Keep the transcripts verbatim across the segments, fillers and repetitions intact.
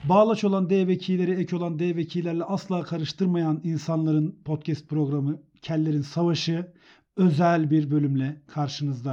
Bağlaç olan D ve K'leri ek olan D ve K'lerle asla karıştırmayan insanların podcast programı Kellerin Savaşı özel bir bölümle karşınızda.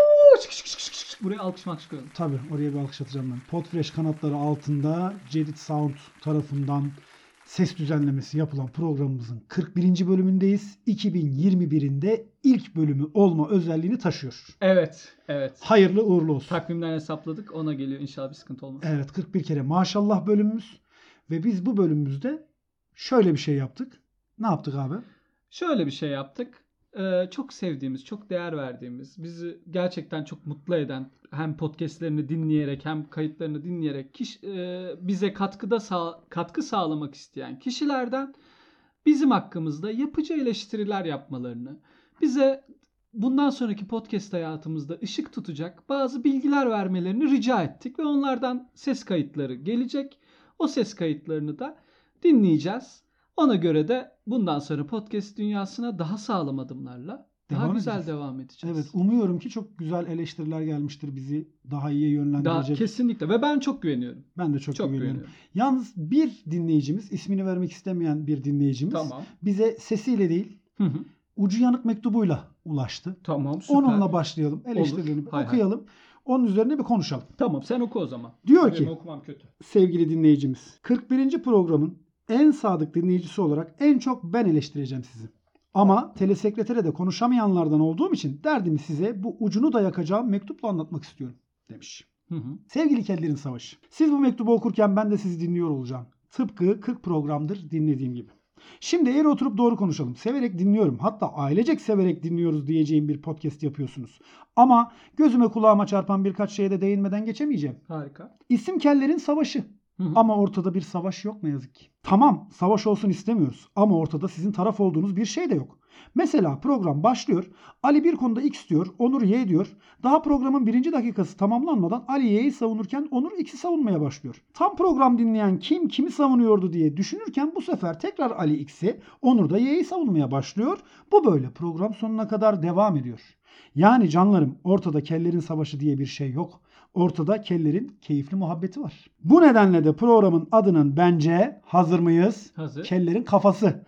Buraya alkışmak çıkıyorum. Tabii oraya bir alkış atacağım ben. Podfresh kanatları altında Cedit Sound tarafından ses düzenlemesi yapılan programımızın kırk birinci bölümündeyiz. iki bin yirmi birinde ilk bölümü olma özelliğini taşıyor. Evet, evet. Hayırlı uğurlu olsun. Takvimden hesapladık. Ona geliyor. İnşallah bir sıkıntı olmaz. Evet, kırk bir kere maşallah bölümümüz. Ve biz bu bölümümüzde şöyle bir şey yaptık. Ne yaptık abi? Şöyle bir şey yaptık. Ee, çok sevdiğimiz, çok değer verdiğimiz, bizi gerçekten çok mutlu eden, hem podcastlerini dinleyerek hem kayıtlarını dinleyerek kişi, e, bize katkıda sağ, katkı sağlamak isteyen kişilerden bizim hakkımızda yapıcı eleştiriler yapmalarını, bize bundan sonraki podcast hayatımızda ışık tutacak bazı bilgiler vermelerini rica ettik ve onlardan ses kayıtları gelecek. O ses kayıtlarını da dinleyeceğiz. Ona göre de bundan sonra podcast dünyasına daha sağlam adımlarla daha Devam güzel edeceğiz. devam edeceğiz. Evet, umuyorum ki çok güzel eleştiriler gelmiştir, bizi daha iyi yönlendirecek. Daha, kesinlikle ve ben çok güveniyorum. Ben de çok, Çok güveniyorum. güveniyorum. Yalnız bir dinleyicimiz, ismini vermek istemeyen bir dinleyicimiz Tamam. bize sesiyle değil, Hı hı. ucu yanık mektubuyla ulaştı. Tamam, süper. Onunla başlayalım. Eleştirilerini Hay okuyalım. hay. Onun üzerine bir konuşalım. Tamam, sen oku o zaman. Diyor Benim ki, okumam kötü. sevgili dinleyicimiz, kırk birinci programın en sadık dinleyicisi olarak en çok ben eleştireceğim sizi. Ama telesekretere de konuşamayanlardan olduğum için derdimi size bu ucunu da yakacağım mektupla anlatmak istiyorum demiş. Hı hı. Sevgili Kellerin Savaşı, siz bu mektubu okurken ben de sizi dinliyor olacağım. Tıpkı kırk programdır dinlediğim gibi. Şimdi eğer oturup doğru konuşalım. Severek dinliyorum. Hatta ailecek severek dinliyoruz diyeceğim bir podcast yapıyorsunuz. Ama gözüme kulağıma çarpan birkaç şeye de değinmeden geçemeyeceğim. Harika. İsim Kellerin Savaşı. Hı hı. Ama ortada bir savaş yok ne yazık ki. Tamam, savaş olsun istemiyoruz. Ama ortada sizin taraf olduğunuz bir şey de yok. Mesela program başlıyor. Ali bir konuda X diyor, Onur Y diyor. Daha programın birinci dakikası tamamlanmadan Ali Y'yi savunurken Onur X'i savunmaya başlıyor. Tam program dinleyen kim kimi savunuyordu diye düşünürken bu sefer tekrar Ali X'i, Onur da Y'yi savunmaya başlıyor. Bu böyle program sonuna kadar devam ediyor. Yani canlarım, ortada Kellerin Savaşı diye bir şey yok. Ortada Kellerin keyifli muhabbeti var. Bu nedenle de programın adının bence, hazır mıyız? Hazır. Kellerin Kafası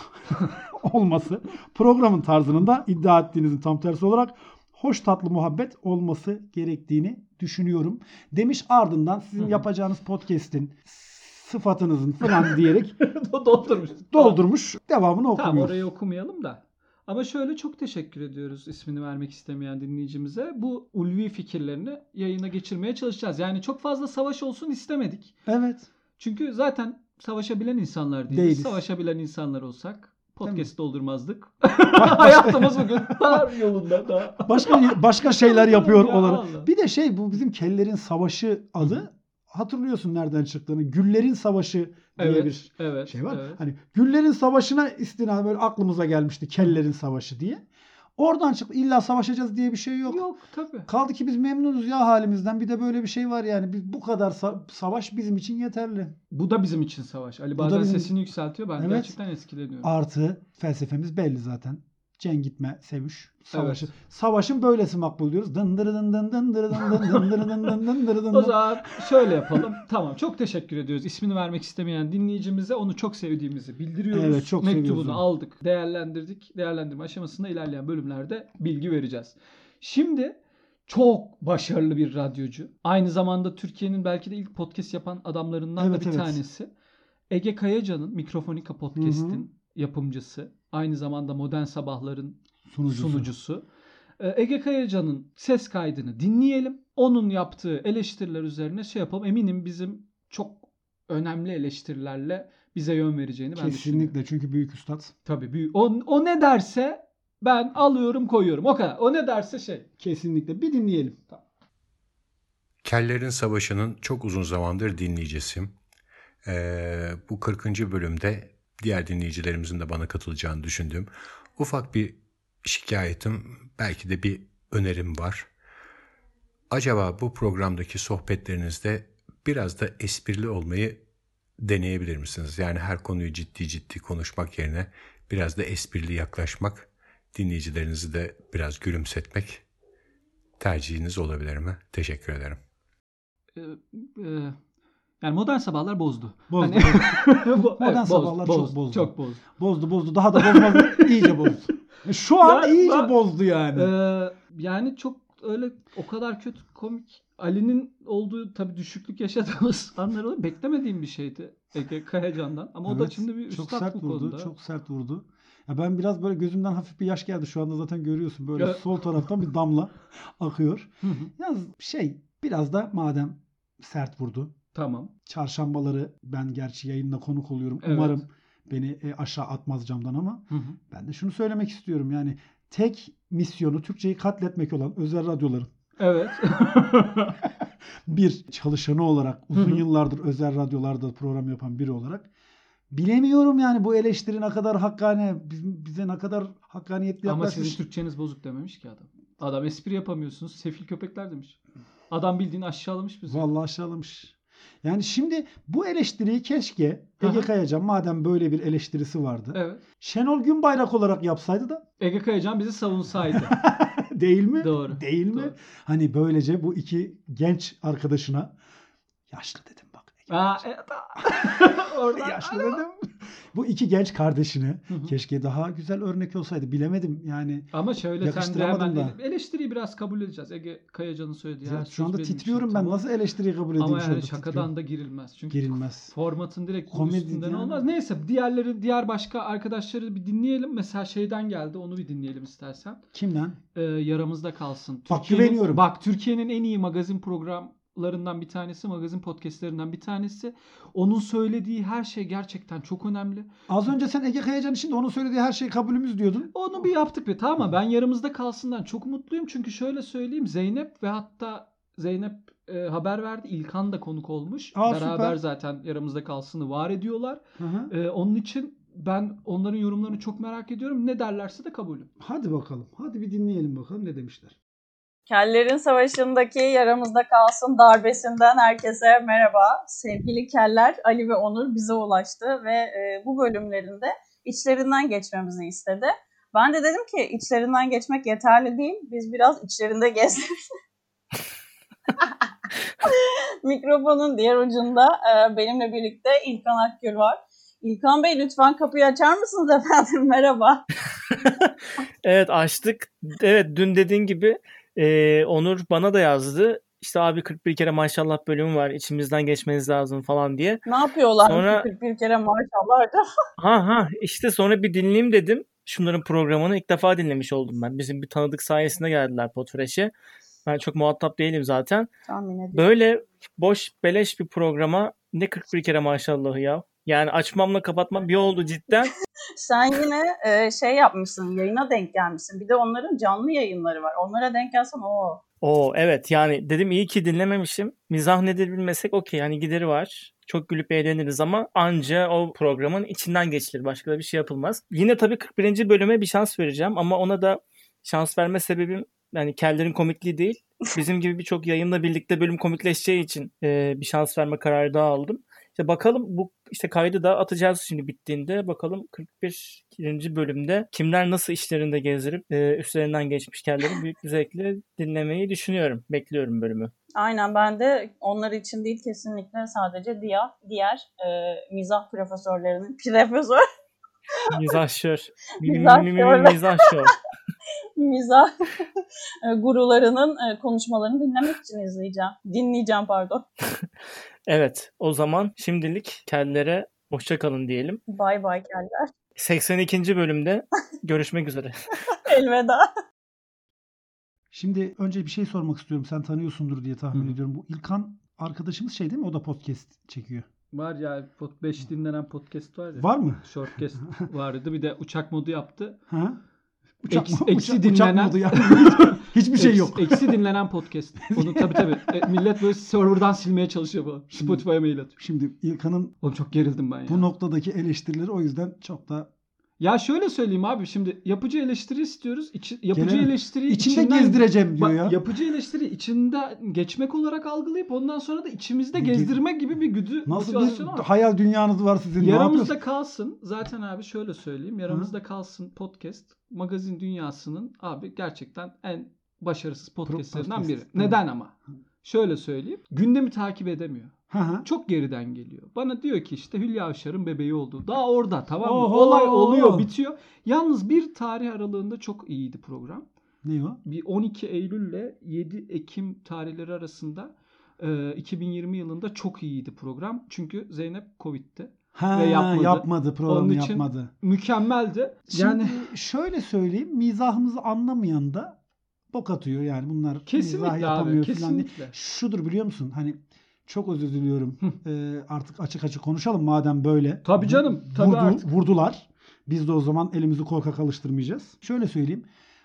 olması. Programın tarzının da iddia ettiğinizin tam tersi olarak hoş tatlı muhabbet olması gerektiğini düşünüyorum. Demiş, ardından sizin yapacağınız podcast'in sıfatınızın falan diyerek doldurmuş. doldurmuş. Devamını okumuyor. Tamam, orayı okumayalım da. Ama şöyle, çok teşekkür ediyoruz ismini vermek istemeyen dinleyicimize. Bu ulvi fikirlerini yayına geçirmeye çalışacağız. Yani çok fazla savaş olsun istemedik. Evet. Çünkü zaten savaşabilen insanlar değiliz. Değiliz. Savaşabilen insanlar olsak podcast doldurmazdık. Başka- Hayatımız bugün dar yolunda da. Başka başka şeyler yapıyor Ya olarak. Allah. Bir de şey, bu bizim Kellerin Savaşı adı, hatırlıyorsun nereden çıktığını. Güllerin Savaşı diye Evet, bir evet, şey var. evet. Hani Güllerin Savaşı'na istinaden böyle aklımıza gelmişti Kellerin Savaşı diye. Oradan çıktı. İlla savaşacağız diye bir şey yok. Yok tabii. Kaldı ki biz memnunuz ya halimizden. Bir de böyle bir şey var yani. Biz, bu kadar sa- savaş bizim için yeterli. Bu da bizim için savaş. Ali Bu da bazen bizim- sesini yükseltiyor. Ben Evet. gerçekten etkileniyorum. Artı felsefemiz belli zaten. Cenk gitme, sevüş, savaşı. Evet. Savaşın böylesi makbul diyoruz. Dındırı dın dın dındırı dın dın dındırı dın dın dındırı dın O dın. zaman şöyle yapalım. Tamam, çok teşekkür ediyoruz. İsmini vermek istemeyen dinleyicimize onu çok sevdiğimizi bildiriyoruz. Evet, çok seviyoruz Mektubunu onu. aldık, değerlendirdik. Değerlendirme aşamasında ilerleyen bölümlerde bilgi vereceğiz. Şimdi çok başarılı bir radyocu. Aynı zamanda Türkiye'nin belki de ilk podcast yapan adamlarından Evet, da bir evet. tanesi. Ege Kayacan'ın Mikrofonika Podcast'in Hı hı. yapımcısı. Aynı zamanda Modern Sabahlar'ın Sunucusu. sunucusu. Ee, Ege Kayacan'ın ses kaydını dinleyelim. Onun yaptığı eleştiriler üzerine şey yapalım. Eminim bizim çok önemli eleştirilerle bize yön vereceğini ben düşünüyorum. Kesinlikle, çünkü büyük üstad. Tabii büyük. O, o ne derse ben alıyorum koyuyorum. O kadar. O ne derse şey. Kesinlikle. Bir dinleyelim. Kellerin Savaşı'nın çok uzun zamandır dinleyicisiyim. Ee, bu kırkıncı bölümde diğer dinleyicilerimizin de bana katılacağını düşündüğüm ufak bir şikayetim, belki de bir önerim var. Acaba bu programdaki sohbetlerinizde biraz da esprili olmayı deneyebilir misiniz? Yani her konuyu ciddi ciddi konuşmak yerine biraz da esprili yaklaşmak, dinleyicilerinizi de biraz gülümsetmek tercihiniz olabilir mi? Teşekkür ederim. Ee, e, Yani Modern Sabahlar bozdu. Bozdu. Hani- bozdu. Bo- Modern evet, Sabahlar bozdu, çok bozdu. Çok bozdu. Bozdu bozdu. Daha da bozmadı. iyice bozdu. Şu an Ya, iyice ben- bozdu yani. Ee, yani çok öyle o kadar kötü komik. Ali'nin olduğu tabii düşüklük yaşadığımız anları beklemediğim bir şeydi Ege Kayacan'dan. Ama o da Evet, şimdi bir çok üstad sert bu vurdu. konuda. Çok sert vurdu. Ya ben biraz böyle gözümden hafif bir yaş geldi. Şu anda zaten görüyorsun böyle Evet. sol taraftan bir damla akıyor. Hı hı. Yalnız şey biraz da madem sert vurdu. Tamam. Çarşambaları ben gerçi yayında konuk oluyorum. Evet. Umarım beni e, aşağı atmaz camdan ama Hı hı. ben de şunu söylemek istiyorum. Yani tek misyonu Türkçeyi katletmek olan özel radyoların Evet. bir çalışanı olarak uzun Hı hı. yıllardır özel radyolarda program yapan biri olarak bilemiyorum yani bu eleştiri ne kadar hakkani, biz- bize ne kadar hakkaniyetli Ama yaklaşmış. sizin Türkçeniz bozuk dememiş ki adam. Adam espri yapamıyorsunuz. Sefil köpekler demiş. Adam bildiğin aşağılamış bizi. Vallahi aşağılamış. Yani şimdi bu eleştiriyi keşke Ege Aha. Kayacan madem böyle bir eleştirisi vardı. Evet. Şenol Günbayrak olarak yapsaydı da Ege Kayacan bizi savunsaydı. değil mi? Doğru. Değil mi? Doğru. Hani böylece bu iki genç arkadaşına yaşlı dedim bak. Ege Aa, Kayacan. evet. Oradan. Yaşlı dedim. Bu iki genç kardeşine Hı hı. keşke daha güzel örnek olsaydı. Bilemedim yani. Ama şöyle sen de Yakıştıramadım hemen da. eleştiriyi biraz kabul edeceğiz. Ege Kayacan'ın söylediği Ya her şu söz anda benim için titriyorum ben. tamam. Nasıl eleştiriyi kabul edeyim Ama şu yani anda şakadan titriyorum. da girilmez. Çünkü Girilmez. formatın direkt bu Komedi üstünden yani. olmaz. Neyse diğerleri diğer başka arkadaşları bir dinleyelim. Mesela şeyden geldi. Onu bir dinleyelim istersen. Kimden? Ee, yaramızda kalsın. Bak, Türkiye'nin- güveniyorum. Bak Türkiye'nin en iyi magazin programlarından bir tanesi, magazin podcastlerinden bir tanesi. Onun söylediği her şey gerçekten çok önemli. Az önce sen Ege Kayacan için de onun söylediği her şey kabulümüz diyordun. Onu bir yaptık bir tamam mı? Ben yaramızda kalsından çok mutluyum. Çünkü şöyle söyleyeyim, Zeynep ve hatta Zeynep e, haber verdi. İlkan da konuk olmuş. Aa, Beraber süper. zaten yaramızda kalsını var ediyorlar. Hı hı. E, onun için ben onların yorumlarını çok merak ediyorum. Ne derlerse de kabulüm. Hadi bakalım. Hadi bir dinleyelim bakalım ne demişler. Kellerin Savaşı'ndaki yaramızda kalsın darbesinden herkese merhaba. Sevgili keller Ali ve Onur bize ulaştı ve e, bu bölümlerinde içlerinden geçmemizi istedi. Ben de dedim ki içlerinden geçmek yeterli değil. Biz biraz içlerinde gezdik. Mikrofonun diğer ucunda e, benimle birlikte İlkan Akgül var. İlkan Bey lütfen kapıyı açar mısınız efendim? Merhaba. Evet açtık. Evet dün dediğin gibi e, Onur bana da yazdı. İşte abi kırk bir kere maşallah bölümü var. İçimizden geçmeniz lazım falan diye. Ne yapıyorlar? Sonra- kırk bir kere maşallah. Ha ha işte sonra bir dinleyeyim dedim. Şunların programını ilk defa dinlemiş oldum ben. Bizim bir tanıdık sayesinde geldiler Podfresh'e. Ben çok muhatap değilim zaten. Tahmin ediyorum. Böyle boş beleş bir programa ne kırk bir kere maşallahı ya. Yani açmamla kapatmam bir oldu cidden. Sen yine e, şey yapmışsın, yayına denk gelmişsin. Bir de onların canlı yayınları var. Onlara denk gelsen o. Oo evet yani dedim iyi ki dinlememişim. Mizah nedir bilmesek okey yani gideri var. Çok gülüp eğleniriz ama anca o programın içinden geçilir. Başka da bir şey yapılmaz. Yine tabii kırk birinci bölüme bir şans vereceğim ama ona da şans verme sebebim yani kellerin komikliği değil. Bizim gibi birçok yayınla birlikte bölüm komikleşeceği için e, bir şans verme kararı daha aldım. İşte bakalım bu işte kaydı da atacağız şimdi bittiğinde. Bakalım kırk birinci bölümde kimler nasıl işlerinde gezdirip e, üstlerinden geçmiş kelleri büyük bir zevkle dinlemeyi düşünüyorum. Bekliyorum bölümü. Aynen ben de onlar için değil kesinlikle sadece diğer, diğer e, mizah profesörlerinin, profesör Mizahşör. Mizahşörler. Mizahşör. mizah e, gurularının e, konuşmalarını dinlemek için izleyeceğim. Dinleyeceğim pardon. Evet o zaman şimdilik kellere hoşça kalın diyelim. Bay bay keller. seksen ikinci bölümde görüşmek üzere. Elveda. Şimdi önce bir şey sormak istiyorum. Sen tanıyorsundur diye tahmin Hı. ediyorum. Bu İlkan arkadaşımız şey değil mi? O da podcast çekiyor. Var ya beş dinlenen podcast var ya. Var mı? Shortcast vardı. Bir de uçak modu yaptı. Ha? Uçak, Eksi- mı? eksi uçak, dinlenen- uçak modu yani. Hiçbir şey Eks- yok. Eksi dinlenen podcast. Onu tabii tabii. E, millet böyle serverdan silmeye çalışıyor falan. Spotify'a mail atıyor. Şimdi İlkan'ın Oğlum çok gerildim ben ya. bu noktadaki eleştirileri o yüzden çok da Ya şöyle söyleyeyim abi, şimdi yapıcı eleştiri istiyoruz. İçi, yapıcı Gene eleştiriyi içinde içinden- gezdireceğim diyor Bak, ya. Yapıcı eleştiri içinde geçmek olarak algılayıp ondan sonra da içimizde Ge- gezdirmek gibi bir güdü Nasıl motivasyon bir var. hayal dünyanız var sizin? Ne yapıyorsunuz? Yaramızda kalsın. Zaten abi şöyle söyleyeyim. Yaramızda kalsın podcast magazin dünyasının abi gerçekten en başarısız podcastlerinden biri. podcast. Neden ama? Şöyle söyleyeyim. Gündemi takip edemiyor. Hı hı. Çok geriden geliyor. Bana diyor ki işte Hülya Avşar'ın bebeği oldu. Daha orada, tamam mı? Oho! Olay oluyor, bitiyor. Yalnız bir tarih aralığında çok iyiydi program. Ne o? Bir on iki Eylül ile yedi Ekim tarihleri arasında e, iki bin yirmi yılında çok iyiydi program. Çünkü Zeynep Covid'ti. Ha, Ve yapmadı. yapmadı. Programı Onun için yapmadı. Mükemmeldi. Şimdi Yani şöyle söyleyeyim. Mizahımızı anlamayan da bok atıyor. Yani bunlar mizah kesinlikle abi. yapamıyor falan diye. Kesinlikle. Şudur biliyor musun? Hani çok özür diliyorum. Ee, artık açık açık konuşalım madem böyle. Tabii canım. Tabii Vurdu, artık. Vurdular. Biz de o zaman elimizi korkak alıştırmayacağız. Şöyle söyleyeyim.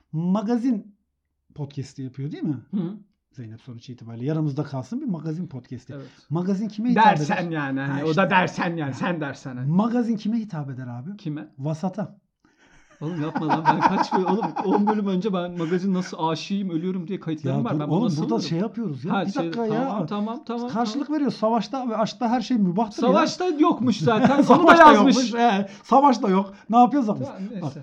Magazin podcast'i yapıyor değil mi? Hı. Zeynep sonuç itibariyle. Yaramızda kalsın bir magazin podcast'i. Evet. Magazin kime hitap eder? Dersen yani. Hani Ha o işte. da dersen yani. Sen dersen. Hani. Magazin kime hitap eder abi? Kime? Vasata. Oğlum yapma lan. Ben kaç bölüm, oğlum on bölüm önce ben magazin nasıl aşığım ölüyorum diye kayıtlarım Ya var. dur, Ben bunu oğlum nasıl burada alırım? şey yapıyoruz ya. Ha, bir şey- dakika ya. Tamam tamam tamam. Karşılık tamam. veriyoruz. Savaşta ve aşkta her şey mübahtır ya. Savaşta yokmuş zaten. Onu da Savaş da yazmış. yokmuş. He, savaş da yok. Ne yapıyorsak biz. Tamam, Bak, neyse.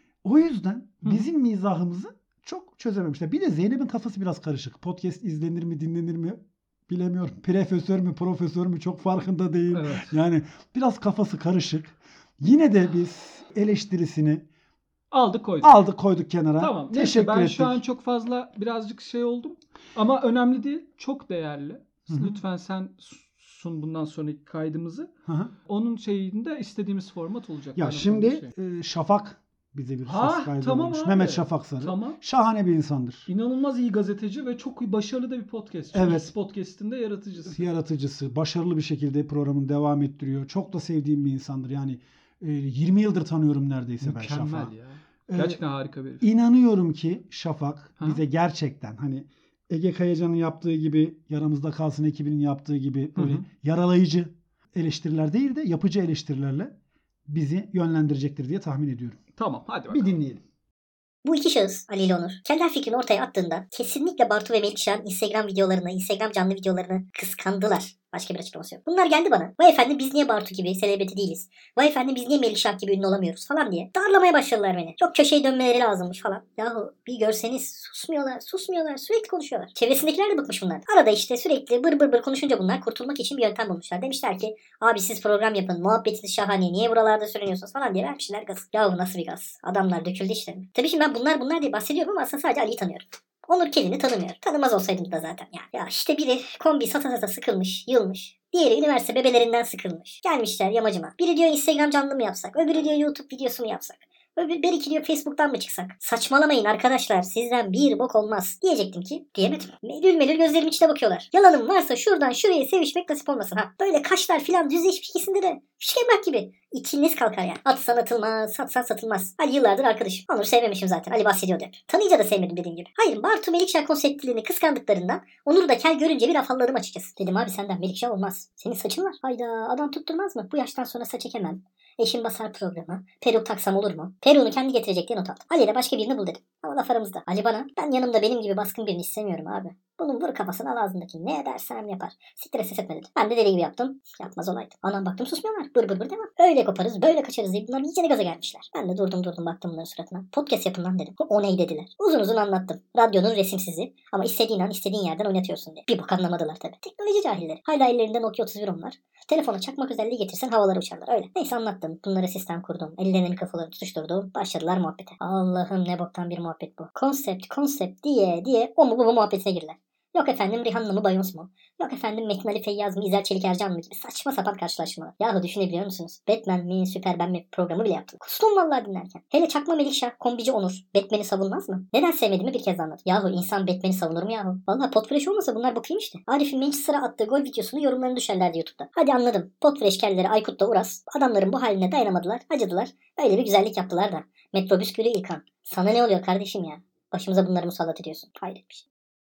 o yüzden Hı. bizim mizahımızı çok çözememişler. Bir de Zeynep'in kafası biraz karışık. Podcast izlenir mi, dinlenir mi bilemiyorum. Profesör mü, profesör mü çok farkında değil. Evet. Yani biraz kafası karışık. Yine de biz eleştirisini Aldık koyduk. aldık koyduk kenara. Tamam. Neyse, Teşekkür ben ettik. şu an çok fazla birazcık şey oldum. Ama önemli değil. Çok değerli. Hı hı. Lütfen sen sun bundan sonraki kaydımızı. Hı hı. Onun şeyinde istediğimiz format olacak. Ya Ben o şimdi konuda şey- e, Şafak bize bir Ha, ses kaydı tamam olmuş. abi. Mehmet Şafak Sarı. Tamam. Şahane bir insandır. İnanılmaz iyi gazeteci ve çok iyi, başarılı da bir podcast. Çünkü Evet. X Podcast'ın da yaratıcısı. Yaratıcısı, başarılı bir şekilde programını devam ettiriyor. Çok da sevdiğim bir insandır. Yani e, yirmi yıldır tanıyorum neredeyse ben Şafak'ı. Mükemmel ya. Ee, Gerçekten harika bir herif. İnanıyorum ki Şafak Ha? bize gerçekten hani Ege Kayacan'ın yaptığı gibi, Yaramızda Kalsın ekibinin yaptığı gibi böyle Hı hı. yaralayıcı eleştiriler değil de yapıcı eleştirilerle bizi yönlendirecektir diye tahmin ediyorum. Tamam, hadi bakalım. Bir dinleyelim. Bu iki şahıs Ali ile Onur keller fikrini ortaya attığında kesinlikle Bartu ve Melikşah'ın Instagram videolarını, Instagram canlı videolarını kıskandılar. Başka bir açıklaması yok. Bunlar geldi bana. Vay efendim biz niye Bartu gibi selebriti değiliz? Vay efendim biz niye Melikşah gibi ünlü olamıyoruz falan diye. Darlamaya başladılar beni. Çok köşeyi dönmeleri lazımmış falan. Yahu bir görseniz susmuyorlar, susmuyorlar. Sürekli konuşuyorlar. Çevresindekiler de bıkmış bunlar. Arada işte sürekli bır bır bır konuşunca bunlar kurtulmak için bir yöntem bulmuşlar. Demişler ki abi siz program yapın. Muhabbetiniz şahane. Niye buralarda sürünüyorsunuz falan diye vermişler gaz. Yahu nasıl bir gaz? Adamlar döküldü işte. Tabii şimdi ben bunlar bunlar diye bahsediyorum ama aslında sadece Ali'yi tanıyorum. Onur kendini tanımıyor. Tanımaz olsaydım da zaten ya. Ya işte biri kombi sata sata sıkılmış, yılmış. Diğeri üniversite bebelerinden sıkılmış. Gelmişler yamacıma. Biri diyor Instagram canlı mı yapsak? Öbürü diyor YouTube videosu mu yapsak? Öbür, bir iki diyor Facebook'tan mı çıksak? Saçmalamayın arkadaşlar, sizden bir bok olmaz. Diyecektim ki diyemedim. Melül melül gözlerim içine bakıyorlar. Yalanım varsa şuradan şuraya sevişmek nasip olmasın ha. Böyle kaşlar filan düzleşmiş ikisinde de. Şişkemrak gibi. İçiniz kalkar yani. Atsan atılmaz, satsan satılmaz. Ali yıllardır arkadaşım. Onur sevmemişim zaten. Ali bahsediyordu hep. Tanıyınca da sevmedim dediğim gibi. Hayır, Bartu Melikşah konseptlerini kıskandıklarından Onur'u da kel görünce bir afalladım açıkçası. Dedim abi senden Melikşah olmaz. Senin saçın var. Hayda adam tutturmaz mı? Bu yaştan sonra saç ekemem. Eşim basar programı. Peruk taksam olur mu? Peruğunu kendi getirecek diye not aldım. Ali'ye de başka birini bul dedim. Ama laf aramızda. Ali bana ben yanımda benim gibi baskın birini istemiyorum abi. Bunun vur kafasına al ağzındaki. Ne edersem yapar. Siktir ses etme dedi. Ben de deli gibi yaptım. Yapmaz olaydı. Anam baktım susmuyorlar. Bır bır bır devam. Öyle koparız böyle kaçarız deyip bunlar iyice gaza gelmişler. Ben de durdum durdum baktım bunların suratına. Podcast yapın lan dedim. O ney dediler. Uzun uzun anlattım. Radyonun resimsizi ama istediğin an istediğin yerden oynatıyorsun diye. Bir bok anlamadılar tabii. Teknoloji cahilleri. Hala ellerinde Nokia otuz bir onlar. Telefona çakmak özelliği getirsen havalara uçarlar öyle. Neyse anlattım. Bunlara sistem kurdum. Ellerinin kafalarını tutuşturdum. Başladılar muhabbete. Allah'ım ne boktan bir muhabbet bu. Konsept konsept diye diye o mu bu mu muhabbetine girdiler. Yok efendim Rihanna mı Beyoncé mu? Yok efendim Metin Ali Feyyaz mı İzel Çelik Ercan mı gibi saçma sapan karşılaşmalar. Yahu düşünebiliyor musunuz? Batman mi Superman mi programı bile yaptım. Kustum vallahi dinlerken. Hele çakma Melikşah, kombici Onur. Batman'i savunmaz mı? Neden sevmediğimi bir kez anladım. Yahu insan Batman'i savunur mu yahu? Vallahi Podfresh olmasa bunlar bakayım işte. Arif'in Manchester'a attığı gol videosunu yorumlarını düşerlerdi YouTube'da. Hadi anladım. Podfresh kelleri Aykut'la Uras. Adamların bu haline dayanamadılar. Acıdılar. Öyle bir güzellik yaptılar da. Metrobüs gülü İlkan. Sana ne oluyor kardeşim ya? Başımıza bunları musallat ediyorsun. Hayret bir şey.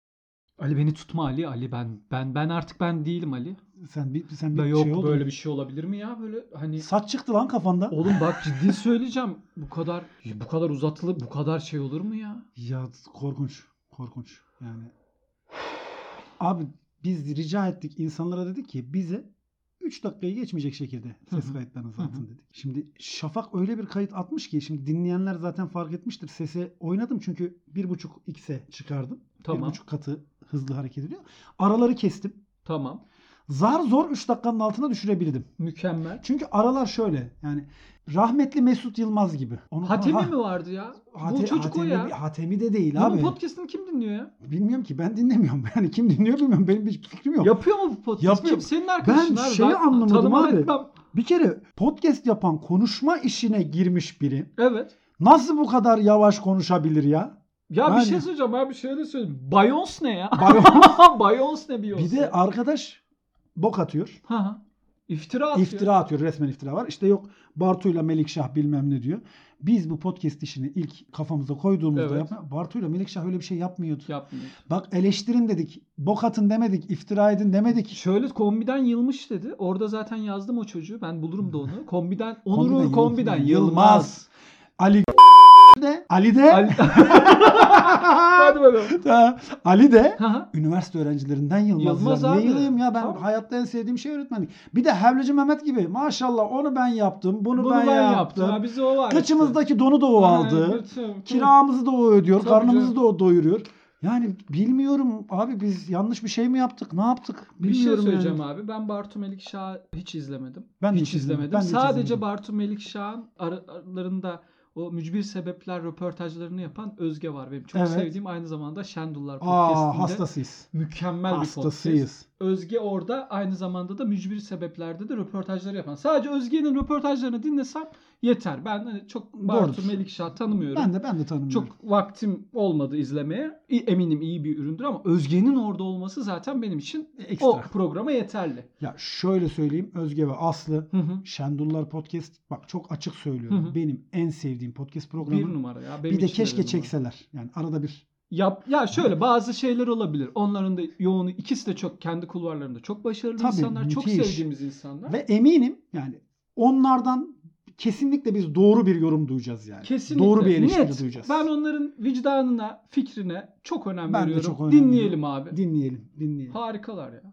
Ali beni tutma Ali. Ali ben ben ben artık ben değilim Ali. Sen bir sen Ben bir yok şey oldu. böyle bir şey olabilir mi ya böyle hani Saç çıktı lan kafanda. oğlum bak ciddi söyleyeceğim. Bu kadar bu kadar uzatılı bu kadar şey olur mu ya? Ya korkunç. Korkunç. Yani. Abi biz rica ettik. İnsanlara dedik ki bize üç dakikayı geçmeyecek şekilde ses kayıtlarınızı atın dedik. Şimdi Şafak öyle bir kayıt atmış ki şimdi dinleyenler zaten fark etmiştir. Sese oynadım çünkü bir buçuk x'e çıkardım. Tamam. Bir buçuk katı hızlı hareket ediyor. Araları kestim. Tamam. Zar zor üç dakikanın altına düşürebildim. Mükemmel. Çünkü aralar şöyle yani rahmetli Mesut Yılmaz gibi. Onu, Hatemi ha, mi vardı ya? Hate, Bu çocuk Hatemi, o ya. Hatemi de değil Bunun abi. podcast'ını kim dinliyor ya? Bilmiyorum ki ben dinlemiyorum. Yani kim dinliyor bilmiyorum. Benim bir fikrim yok. Yapıyor mu bu podcast? Yapıyor. Kim? Senin arkadaşın Ben abi. şeyi anlamadım tanımam abi. etmem. Bir kere podcast yapan konuşma işine girmiş biri. Evet. Nasıl bu kadar yavaş konuşabilir ya? Ya Yani- bir şey söyleyeceğim abi şöyle söyleyeyim. Bayons ne ya? Bayons- Bayons ne Beyoncé? Bir de arkadaş bok atıyor. Hı hı. İftira atıyor. İftira atıyor. Resmen iftira var. İşte yok Bartu'yla Melikşah bilmem ne diyor. Biz bu podcast işini ilk kafamıza koyduğumuzda Evet. yapma, Bartu'yla Melikşah öyle bir şey yapmıyordu. Yapmıyor. Bak eleştirin dedik. Bok atın demedik. İftira edin demedik. Şöyle kombiden yılmış dedi. Orada zaten yazdım o çocuğu. Ben bulurum da onu. Kombiden Onur Kombiden Uğur Yıl- kombiden Yılmaz. Yılmaz. Ali de Ali de Ali... Hadi bakalım. Ha, Ali de Hı hı. üniversite öğrencilerinden Yılmaz. Yılmaz ya. abi. Niye yılayım ya ben Tabii. hayatta en sevdiğim şey öğretmenlik. Bir de Havlacı Mehmet gibi maşallah onu ben yaptım. Bunu, Bunu ben, ben, yaptım. yaptım. Ha, bizi o var. Kıçımızdaki donu da o aldı. Kiramızı da o ödüyor. Tabii Karnımızı canım. da o doyuruyor. Yani bilmiyorum abi biz yanlış bir şey mi yaptık? Ne yaptık? Bir şey Bilmiyorum söyleyeceğim yani. abi. Ben Bartu Melikşah'ı hiç izlemedim. Ben de hiç hiç izlemedim. izlemedim. Ben de hiç Sadece izlemedim. Bartu Melikşah'ın aralarında o mücbir sebepler röportajlarını yapan Özge var. Benim çok Evet. sevdiğim aynı zamanda Şendullar podcast'inde. Aa hastasıyız. Mükemmel bir podcast. Hastasıyız. Özge orada aynı zamanda da mücbir sebeplerde de röportajları yapan. Sadece Özge'nin röportajlarını dinlesem yeter. Ben hani çok Bartu Doğrudur. Melikşah tanımıyorum. Ben de ben de tanımıyorum. Çok vaktim olmadı izlemeye. İ- Eminim iyi bir üründür ama Özge'nin orada olması zaten benim için Ekstra. o programa yeterli. Ya şöyle söyleyeyim Özge ve Aslı Hı hı. Şendullar Podcast bak çok açık söylüyorum. Hı hı. Benim en sevdiğim podcast programı. Bir numara ya. Benim Bir de için keşke bir numara. çekseler. Yani arada bir. Yap, ya şöyle bazı şeyler olabilir. Onların da yoğunu ikisi de çok kendi kulvarlarında çok başarılı Tabii, insanlar. Çok müthiş. sevdiğimiz insanlar. Ve eminim yani onlardan kesinlikle biz doğru bir yorum duyacağız yani. Kesinlikle. Doğru bir eleştiri Net. duyacağız. Ben onların vicdanına, fikrine çok önem Ben de veriyorum. çok önem Dinleyelim veriyorum. abi. Dinleyelim, dinleyelim. Harikalar ya.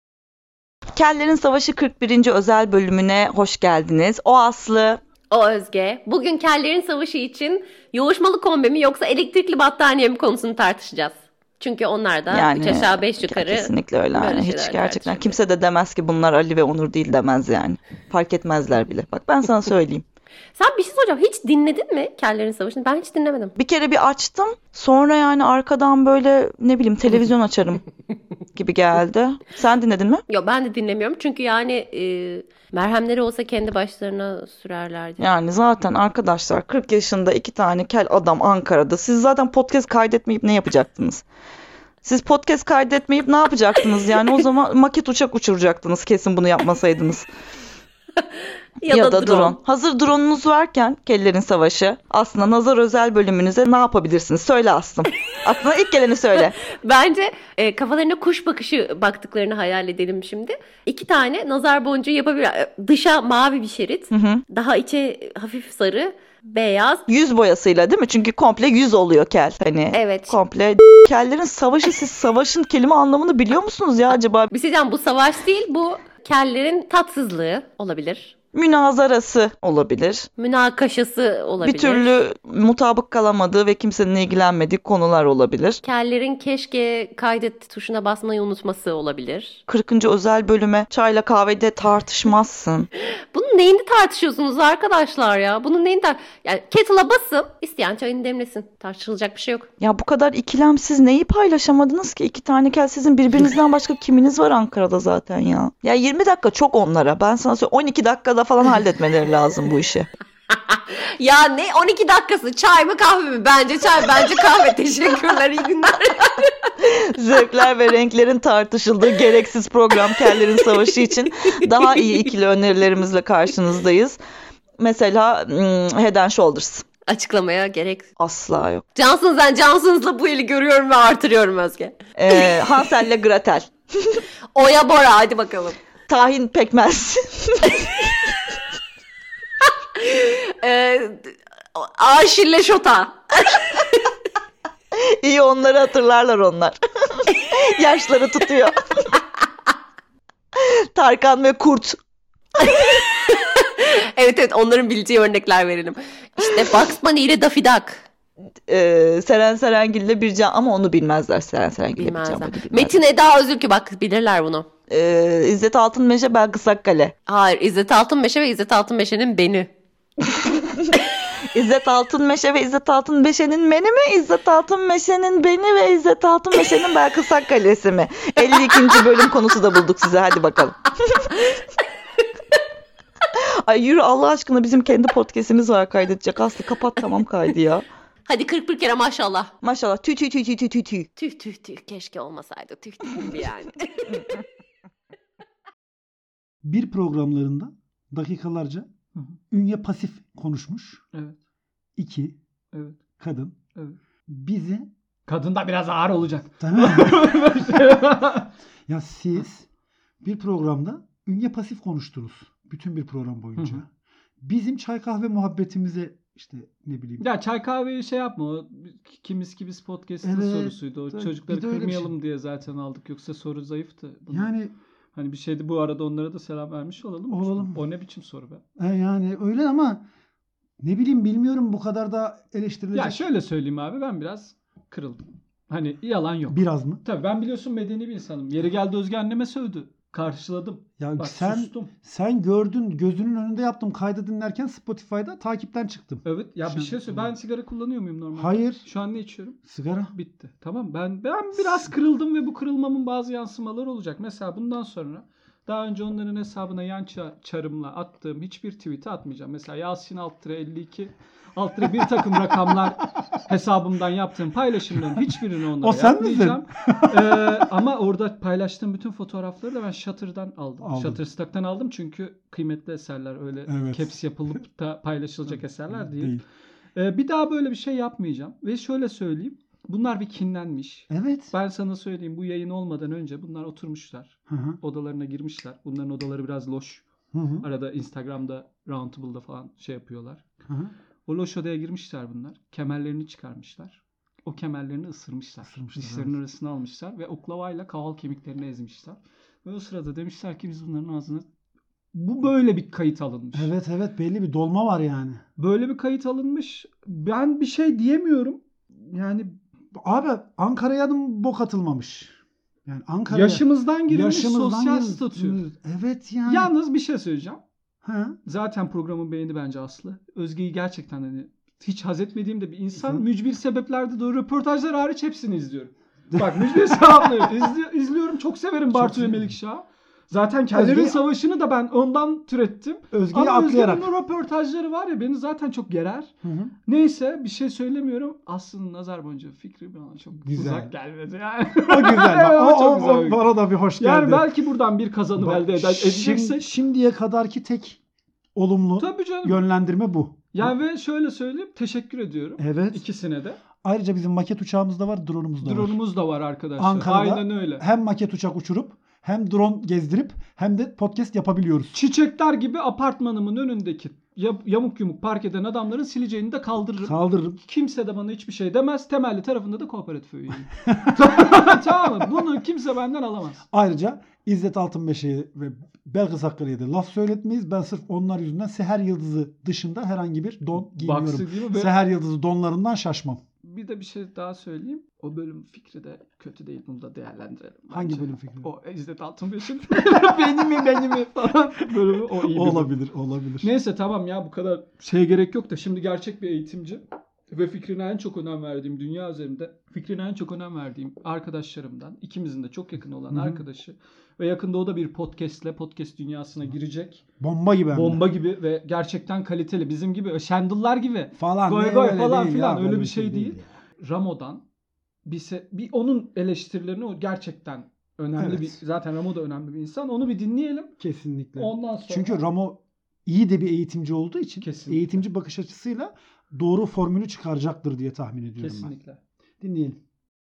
Kellerin Savaşı kırk birinci özel bölümüne hoş geldiniz. O Aslı. O Özge. Bugün kellerin savaşı için yoğuşmalı kombi mi yoksa elektrikli battaniye mi konusunu tartışacağız. Çünkü onlar da Yani üç aşağı beş yukarı. Kesinlikle öyle. böyle Yani. şeyler Hiç gerçekten tartışılıyor. kimse de demez ki bunlar Ali ve Onur değil demez yani. Fark etmezler bile. Bak ben sana söyleyeyim. Sen bir şey soracağım. Hiç dinledin mi kellerin savaşını? Ben hiç dinlemedim. Bir kere bir açtım. Sonra yani arkadan böyle ne bileyim televizyon açarım gibi geldi. Sen dinledin mi? Yok ben de dinlemiyorum. Çünkü yani e, merhemleri olsa kendi başlarına sürerlerdi. Yani zaten arkadaşlar kırk yaşında iki tane kel adam Ankara'da. Siz zaten podcast kaydetmeyip ne yapacaktınız? Siz podcast kaydetmeyip ne yapacaktınız? Yani o zaman maket uçak uçuracaktınız kesin bunu yapmasaydınız. Ya, Ya, da, da drone. drone. Hazır drone'unuz varken Kellerin Savaşı aslında nazar özel bölümünüze ne yapabilirsiniz? Söyle Aslım. Aklına ilk geleni söyle. Bence e, kafalarına kuş bakışı baktıklarını hayal edelim şimdi. İki tane nazar boncuğu yapabilir. E, Dışa mavi bir şerit. Hı hı. Daha içe hafif sarı, beyaz. Yüz boyasıyla değil mi? Çünkü komple yüz oluyor kel. Hani Evet. komple Kellerin Savaşı, siz savaşın kelime anlamını biliyor musunuz ya acaba? Bir şey diyeceğim, bu savaş değil, bu kellerin tatsızlığı olabilir. Münazarası olabilir. Münakaşası olabilir. Bir türlü mutabık kalamadığı ve kimsenin ilgilenmediği konular olabilir. Kellerin keşke kaydet tuşuna basmayı unutması olabilir. kırkıncı özel bölüme çayla kahvede tartışmazsın. Bunun neyini tartışıyorsunuz arkadaşlar ya? Bunun neyini tar... Yani kettle'a basın, isteyen çayını demlesin. Tartışılacak bir şey yok. Ya bu kadar ikilemsiz neyi paylaşamadınız ki? İki tane kel, sizin birbirinizden başka kiminiz var Ankara'da zaten ya? Ya yirmi dakika çok onlara. Ben sana söyleyeyim, on iki dakikada falan halletmeleri lazım bu işi. Ya ne on iki dakikası? Çay mı kahve mi? Bence çay, bence kahve. Teşekkürler, iyi günler. Zevkler ve renklerin tartışıldığı gereksiz program Kellerin Savaşı için daha iyi ikili önerilerimizle karşınızdayız. Mesela hmm, Head and Shoulders. Açıklamaya gerek. Asla yok. Johnson's and Johnson's'la bu eli görüyorum ve artırıyorum Özge. Ee, Hansel'le Gretel. Oya Bora, hadi bakalım. Tahin pekmez. Ee, Aşille Şota. İyi, onları hatırlarlar onlar. Yaşları tutuyor. Tarkan ve Kurt. Evet evet, onların bileceği örnekler verelim. İşte Bugs Bunny ile Daffy Duck. Ee, Seren Serengil ile Bircan ama onu bilmezler. Seren Serengil ile Bircan Bilmezler. bunu bilmezler. Metin Eda Özülkü, bak bilirler bunu. Ee, İzzet Altınmeşe, Belkıs Akkale. Hayır, İzzet Altınmeşe ve İzzet Altınmeşe'nin Beni. İzzet Altınmeşe ve İzzet Altınmeşe'nin Beni mi? İzzet Altınmeşe'nin Beni ve İzzet Altınmeşe'nin Belkıs Akkale'si mi? elli ikinci bölüm konusu da bulduk size. Hadi bakalım. Ay yürü Allah aşkına, bizim kendi podcast'imiz var kaydedecek. Aslı kapat tamam kaydı ya. Hadi kırk bir kere maşallah. Maşallah. Tüy tüy tüy tüy tüy tüy tüy. Tüh tüh tüh, keşke olmasaydı. Tüh tüh gibi yani. Bir programlarında dakikalarca Hı hı. ünye pasif konuşmuş. Evet. İki Evet. kadın Evet. bizi Kadın da biraz ağır olacak. tamam. Ya siz bir programda ünye pasif konuştunuz. Bütün bir program boyunca. Hı hı. Bizim çay kahve muhabbetimize işte ne bileyim. Ya çay kahveyi şey yapma, o kimiz kimiz podcast'ın Evet, sorusuydu. O tabii. çocukları Bir de öyle bir kırmayalım şey. diye zaten aldık. Yoksa soru zayıftı. Bunu- Yani Hani bir şeydi, bu arada onlara da selam vermiş olalım. Olalım. O ne biçim soru be? e, yani öyle ama ne bileyim bilmiyorum bu kadar da eleştirilecek. Ya şöyle söyleyeyim abi, ben biraz kırıldım. Hani yalan yok. Biraz mı? Tabii ben biliyorsun medeni bir insanım. Yeri geldi Özge anneme sövdü. Karşıladım. Ya Bak sen sustum. sen gördün, gözünün önünde yaptım, kaydı dinlerken Spotify'da takipten çıktım. Evet ya, bir Şu- şey söyle. Ben sigara kullanıyor muyum normalde? Hayır. Şu an ne içiyorum? Sigara. Bitti. Tamam, ben ben biraz kırıldım ve bu kırılmamın bazı yansımaları olacak. Mesela bundan sonra daha önce onların hesabına yan ça- çarımla attığım hiçbir tweet'i atmayacağım. Mesela Yasin alt elli iki alt bir takım rakamlar hesabımdan yaptığım paylaşımların hiçbirini onlara O sen yapmayacağım. Ee, ama orada paylaştığım bütün fotoğrafları da ben Shutter'dan aldım. Aldın. Shutterstock'tan aldım çünkü kıymetli eserler, öyle Evet. caps yapılıp da paylaşılacak eserler değil. Değil. Ee, bir daha böyle bir şey yapmayacağım. Ve şöyle söyleyeyim. Bunlar bir kinlenmiş. Evet. Ben sana söyleyeyim, bu yayın olmadan önce bunlar oturmuşlar. Hı hı. Odalarına girmişler. Bunların odaları biraz loş. Hı hı. Arada Instagram'da Roundtable'da falan şey yapıyorlar. Hı hı. O loş odaya girmişler bunlar. Kemerlerini çıkarmışlar. O kemerlerini ısırmışlar. Isırmışlar, Dişlerinin evet. arasına almışlar ve oklavayla kaval kemiklerini ezmişler. Ve o sırada demişler ki biz bunların ağzına... Bu böyle bir kayıt alınmış. Evet evet, belli bir dolma var yani. Böyle bir kayıt alınmış. Ben bir şey diyemiyorum. Yani Abi Ankara'ya mı bok atılmamış? Yani Ankara'ya yaşımızdan girilmiş yaşımızdan sosyal gir- statü. Evet yani. Yalnız bir şey söyleyeceğim. Ha? Zaten programın beğeni bence Aslı. Özge'yi gerçekten hani hiç haz etmediğim de bir insan. Hı. Mücbir sebeplerde de o röportajlar hariç hepsini izliyorum. Bak mücbir sebepleri izli, izliyorum. Çok severim Bartu ve severim. Melikşah'ı. Zaten Kellerin Özge- Savaşı'nı da ben ondan türettim. Özge'yi Ama atlayarak. Özge'nin o röportajları var ya, beni zaten çok gerer. Hı hı. Neyse, bir şey söylemiyorum. Aslı'nın nazar boncuğu fikri bana çok Güzel. uzak gelmedi yani. O güzel. Bak, O o, çok o, güzel. o bana da bir hoş geldi. Yani belki buradan bir kazanım Bak, elde eder, şim- edeceksek. şimdiye kadarki tek olumlu Tabii canım. yönlendirme bu. Yani ve şöyle söyleyeyim, teşekkür ediyorum. Evet. İkisine de. Ayrıca bizim maket uçağımız da var, drone'umuz da var. Drone'umuz da var arkadaşlar. Ankara'da Aynen öyle. hem maket uçak uçurup hem drone gezdirip hem de podcast yapabiliyoruz. Çiçekler gibi apartmanımın önündeki ya- yamuk yumuk park eden adamların sileceğini de kaldırırım. Kaldırırım. Kimse de bana hiçbir şey demez. Temelli tarafında da kooperatif üyeyim. Tamam mı? Bunu kimse benden alamaz. Ayrıca İzzet Altınmeşe'ye ve Belkıs Akkale'ye de laf söyletmeyiz. Ben sırf onlar yüzünden Seher Yıldızı dışında herhangi bir don giymiyorum. Baksı değil mi? Ve Seher Yıldızı donlarından şaşmam. bir de bir şey daha söyleyeyim. O bölüm fikri de kötü değil. Bunu da değerlendirelim. Hangi bence. bölüm fikri? O İzzet Altınbeş'in benim mi benim mi falan bölümü, o iyi bir bölüm. Olabilir, olabilir. Neyse tamam ya, bu kadar şeye gerek yok da şimdi gerçek bir eğitimci ve fikrine en çok önem verdiğim, dünya üzerinde fikrine en çok önem verdiğim arkadaşlarımdan, ikimizin de çok yakın olan Hı hı. arkadaşı ve yakında o da bir podcastle podcast dünyasına girecek. Bomba gibi hem de. Bomba gibi ve gerçekten kaliteli, bizim gibi Şendil'lar gibi falan. goy ne goy öyle falan değil filan ya, öyle böyle bir şey değil. ya. Ramo'dan bir, se- bir onun eleştirilerini, o gerçekten önemli Evet. bir, zaten Ramo da önemli bir insan. Onu bir dinleyelim. Kesinlikle. Ondan sonra Çünkü Ramo iyi de bir eğitimci olduğu için Kesinlikle. eğitimci bakış açısıyla doğru formülü çıkaracaktır diye tahmin ediyorum kesinlikle. ben. Dinleyelim.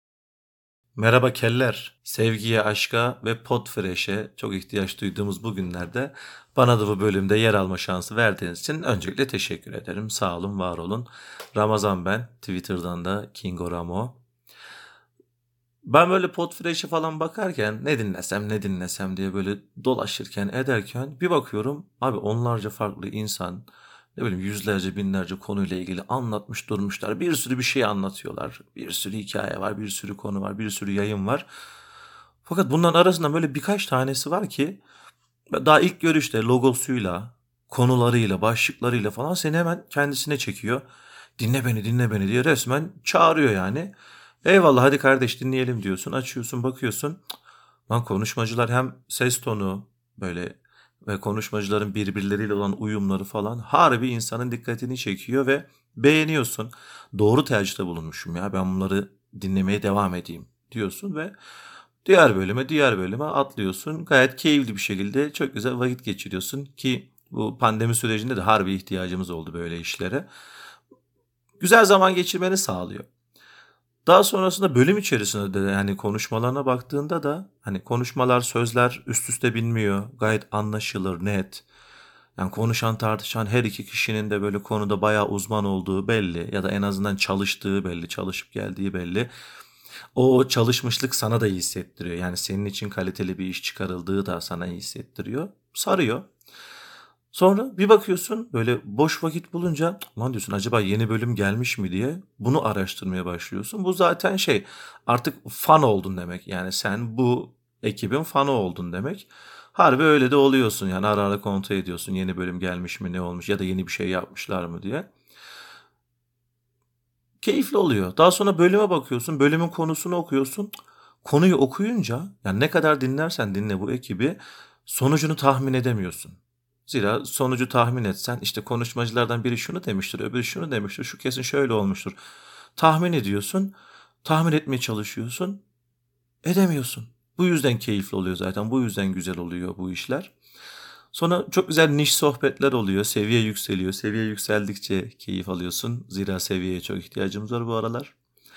Merhaba keller. Sevgiye, aşka ve podfresh'e çok ihtiyaç duyduğumuz bu günlerde bana da bu bölümde yer alma şansı verdiğiniz için öncelikle teşekkür ederim. Sağ olun, var olun. Ramazan ben. Twitter'dan da Kingo Ramo. Ben böyle Podfresh'e falan bakarken ne dinlesem ne dinlesem diye böyle dolaşırken ederken bir bakıyorum abi onlarca farklı insan ne bileyim yüzlerce binlerce konuyla ilgili anlatmış durmuşlar. Bir sürü bir şey anlatıyorlar. Bir sürü hikaye var, bir sürü konu var, bir sürü yayın var. Fakat bunların arasında böyle birkaç tanesi var ki daha ilk görüşte logosuyla, konularıyla, başlıklarıyla falan seni hemen kendisine çekiyor. Dinle beni, dinle beni diye resmen çağırıyor yani. Eyvallah hadi kardeş dinleyelim diyorsun. Açıyorsun, bakıyorsun. Lan konuşmacılar hem ses tonu böyle ve konuşmacıların birbirleriyle olan uyumları falan harbi insanın dikkatini çekiyor ve beğeniyorsun. Doğru tercihte bulunmuşum ya ben bunları dinlemeye devam edeyim diyorsun ve diğer bölüme diğer bölüme atlıyorsun. Gayet keyifli bir şekilde çok güzel vakit geçiriyorsun ki bu pandemi sürecinde de harbi ihtiyacımız oldu böyle işlere. Güzel zaman geçirmeni sağlıyor. Daha sonrasında bölüm içerisinde de yani konuşmalarına baktığında da hani konuşmalar, sözler üst üste binmiyor. Gayet anlaşılır, net. Yani konuşan, tartışan her iki kişinin de böyle konuda bayağı uzman olduğu belli ya da en azından çalıştığı belli, çalışıp geldiği belli. O çalışmışlık sana da iyi hissettiriyor. Yani senin için kaliteli bir iş çıkarıldığı da sana iyi hissettiriyor. Sarıyor. Sonra bir bakıyorsun böyle boş vakit bulunca lan diyorsun acaba yeni bölüm gelmiş mi diye bunu araştırmaya başlıyorsun. Bu zaten şey artık fan oldun demek. Yani sen bu ekibin fanı oldun demek. Harbi öyle de oluyorsun yani ara ara kontrol ediyorsun yeni bölüm gelmiş mi ne olmuş ya da yeni bir şey yapmışlar mı diye. Keyifli oluyor. Daha sonra bölüme bakıyorsun bölümün konusunu okuyorsun. Konuyu okuyunca yani ne kadar dinlersen dinle bu ekibi sonucunu tahmin edemiyorsun. Zira sonucu tahmin etsen işte konuşmacılardan biri şunu demiştir, öbürü şunu demiştir, şu kesin şöyle olmuştur. Tahmin ediyorsun, tahmin etmeye çalışıyorsun, edemiyorsun. Bu yüzden keyifli oluyor zaten, bu yüzden güzel oluyor bu işler. Sonra çok güzel niş sohbetler oluyor, seviye yükseliyor. Seviye yükseldikçe keyif alıyorsun. Zira seviyeye çok ihtiyacımız var bu aralar.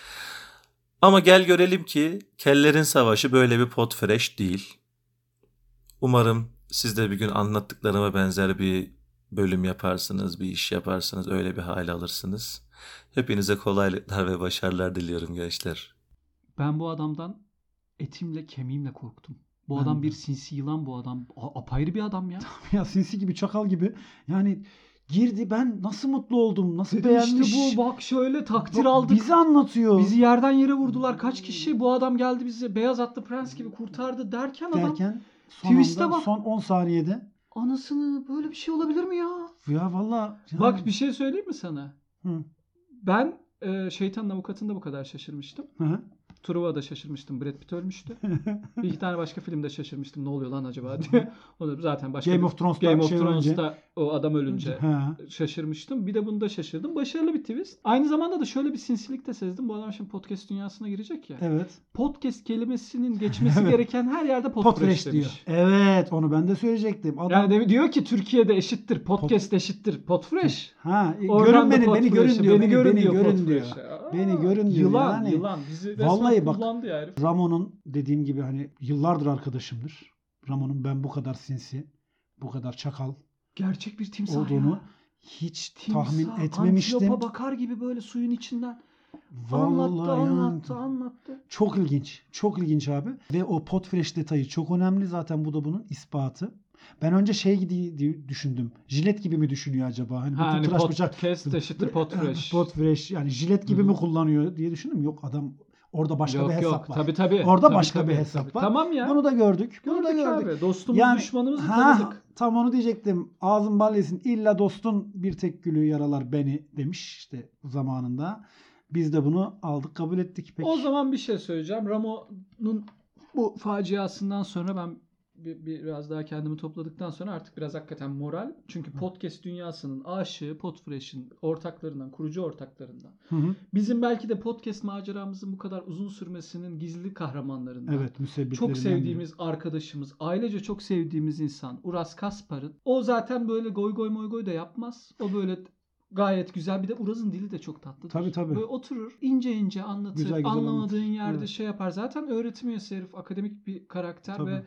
Ama gel görelim ki Kellerin Savaşı böyle bir Podfresh değil. Umarım siz de bir gün anlattıklarıma benzer bir bölüm yaparsınız, bir iş yaparsınız, öyle bir hale alırsınız. Hepinize kolaylıklar ve başarılar diliyorum gençler. Ben bu adamdan etimle kemiğimle korktum. Bu Ben adam de. bir sinsi yılan bu adam. A- apayrı bir adam ya. Ya sinsi gibi, çakal gibi. Yani girdi, ben nasıl mutlu oldum, nasıl Dedim beğenmiş. işte bu bak şöyle takdir Bak, aldık. bizi anlatıyor. Bizi yerden yere vurdular. Kaç kişi? Bu adam geldi bizi beyaz atlı prens gibi kurtardı derken adam derken son Twist'e anda, bak. son on saniyede. anasını böyle bir şey olabilir mi ya? Ya valla. Bak bir şey söyleyeyim mi sana? Hı. Ben e, Şeytanın Avukatı'nda bu kadar şaşırmıştım. Hı hı. Truva'da şaşırmıştım. Brad Pitt ölmüştü. Bir iki tane başka filmde şaşırmıştım. Ne oluyor lan acaba diye. O da zaten başka Game bir- of Thrones'ta Game of şey Thrones'ta o adam ölünce Ha. şaşırmıştım. Bir de bunda şaşırdım. Başarılı bir twist. Aynı zamanda da şöyle bir sinsilik de sezdim. Bu adam şimdi podcast dünyasına girecek ya. Evet. Podcast kelimesinin geçmesi Evet. gereken her yerde Podfresh podcast diyor. demiş. Evet, onu ben de söyleyecektim. Adam Yani de diyor ki Türkiye'de eşittir. Podcast eşittir. Podfresh. ha, e, Oradan görün da beni, beni Podfresh'e, görün diyor. Beni görün diyor. görün diyor. Podfresh'e. Aa, Beni görün diyor Yılan, yani. yılan. Bizi resmen Vallahi bak, kullandı ya herif. Ramon'un dediğim gibi hani yıllardır arkadaşımdır. Ramon'un ben bu kadar sinsi, bu kadar çakal Gerçek bir timsah olduğunu ya. hiç Timsah, tahmin etmemiştim. Antilopa bakar gibi böyle suyun içinden. Vallahi anlattı, yani. anlattı, anlattı. Çok ilginç. Çok ilginç abi. Ve o Podfresh detayı çok önemli. Zaten bu da bunun ispatı. Ben önce şey gibi diye düşündüm. Jilet gibi mi düşünüyor acaba? Hani Ha, bütün hani tıraş bıçak podcast eşittir Podfresh. Podfresh yani jilet gibi Hı hı. mi kullanıyor diye düşündüm. Yok, adam orada başka yok bir hesap yok. var. Tabii tabii. Orada Tabii, başka tabii, bir hesap tabii. var. Tamam ya. Bunu da gördük. Bunu da Gördük gördük. abi. Dostumuz Yani, düşmanımızı ha, tanıdık. tam onu diyecektim. Ağzın bal yesin. İlla dostun bir tek gülü yaralar beni demiş işte zamanında. Biz de bunu aldık, kabul ettik. Peki. O zaman bir şey söyleyeceğim. Ramo'nun bu faciasından sonra ben bir, bir- biraz daha kendimi topladıktan sonra artık biraz hakikaten moral. Çünkü podcast dünyasının aşığı Podfresh'in ortaklarından, kurucu ortaklarından. Hı hı. Bizim belki de podcast maceramızın bu kadar uzun sürmesinin gizli kahramanlarından. Evet, müsebbitlerinden Çok biri. sevdiğimiz arkadaşımız, ailece çok sevdiğimiz insan Uras Kaspar'ın. O zaten böyle goy goy moy goy da yapmaz. O böyle gayet güzel. Bir de Uraz'ın dili de çok tatlıdır. Tabii, tabii. Böyle oturur, ince ince anlatır. Güzel güzel Anlamadığın anlatır. yerde Evet. şey yapar. Zaten öğretim üyesi herif, akademik bir karakter Tabii. ve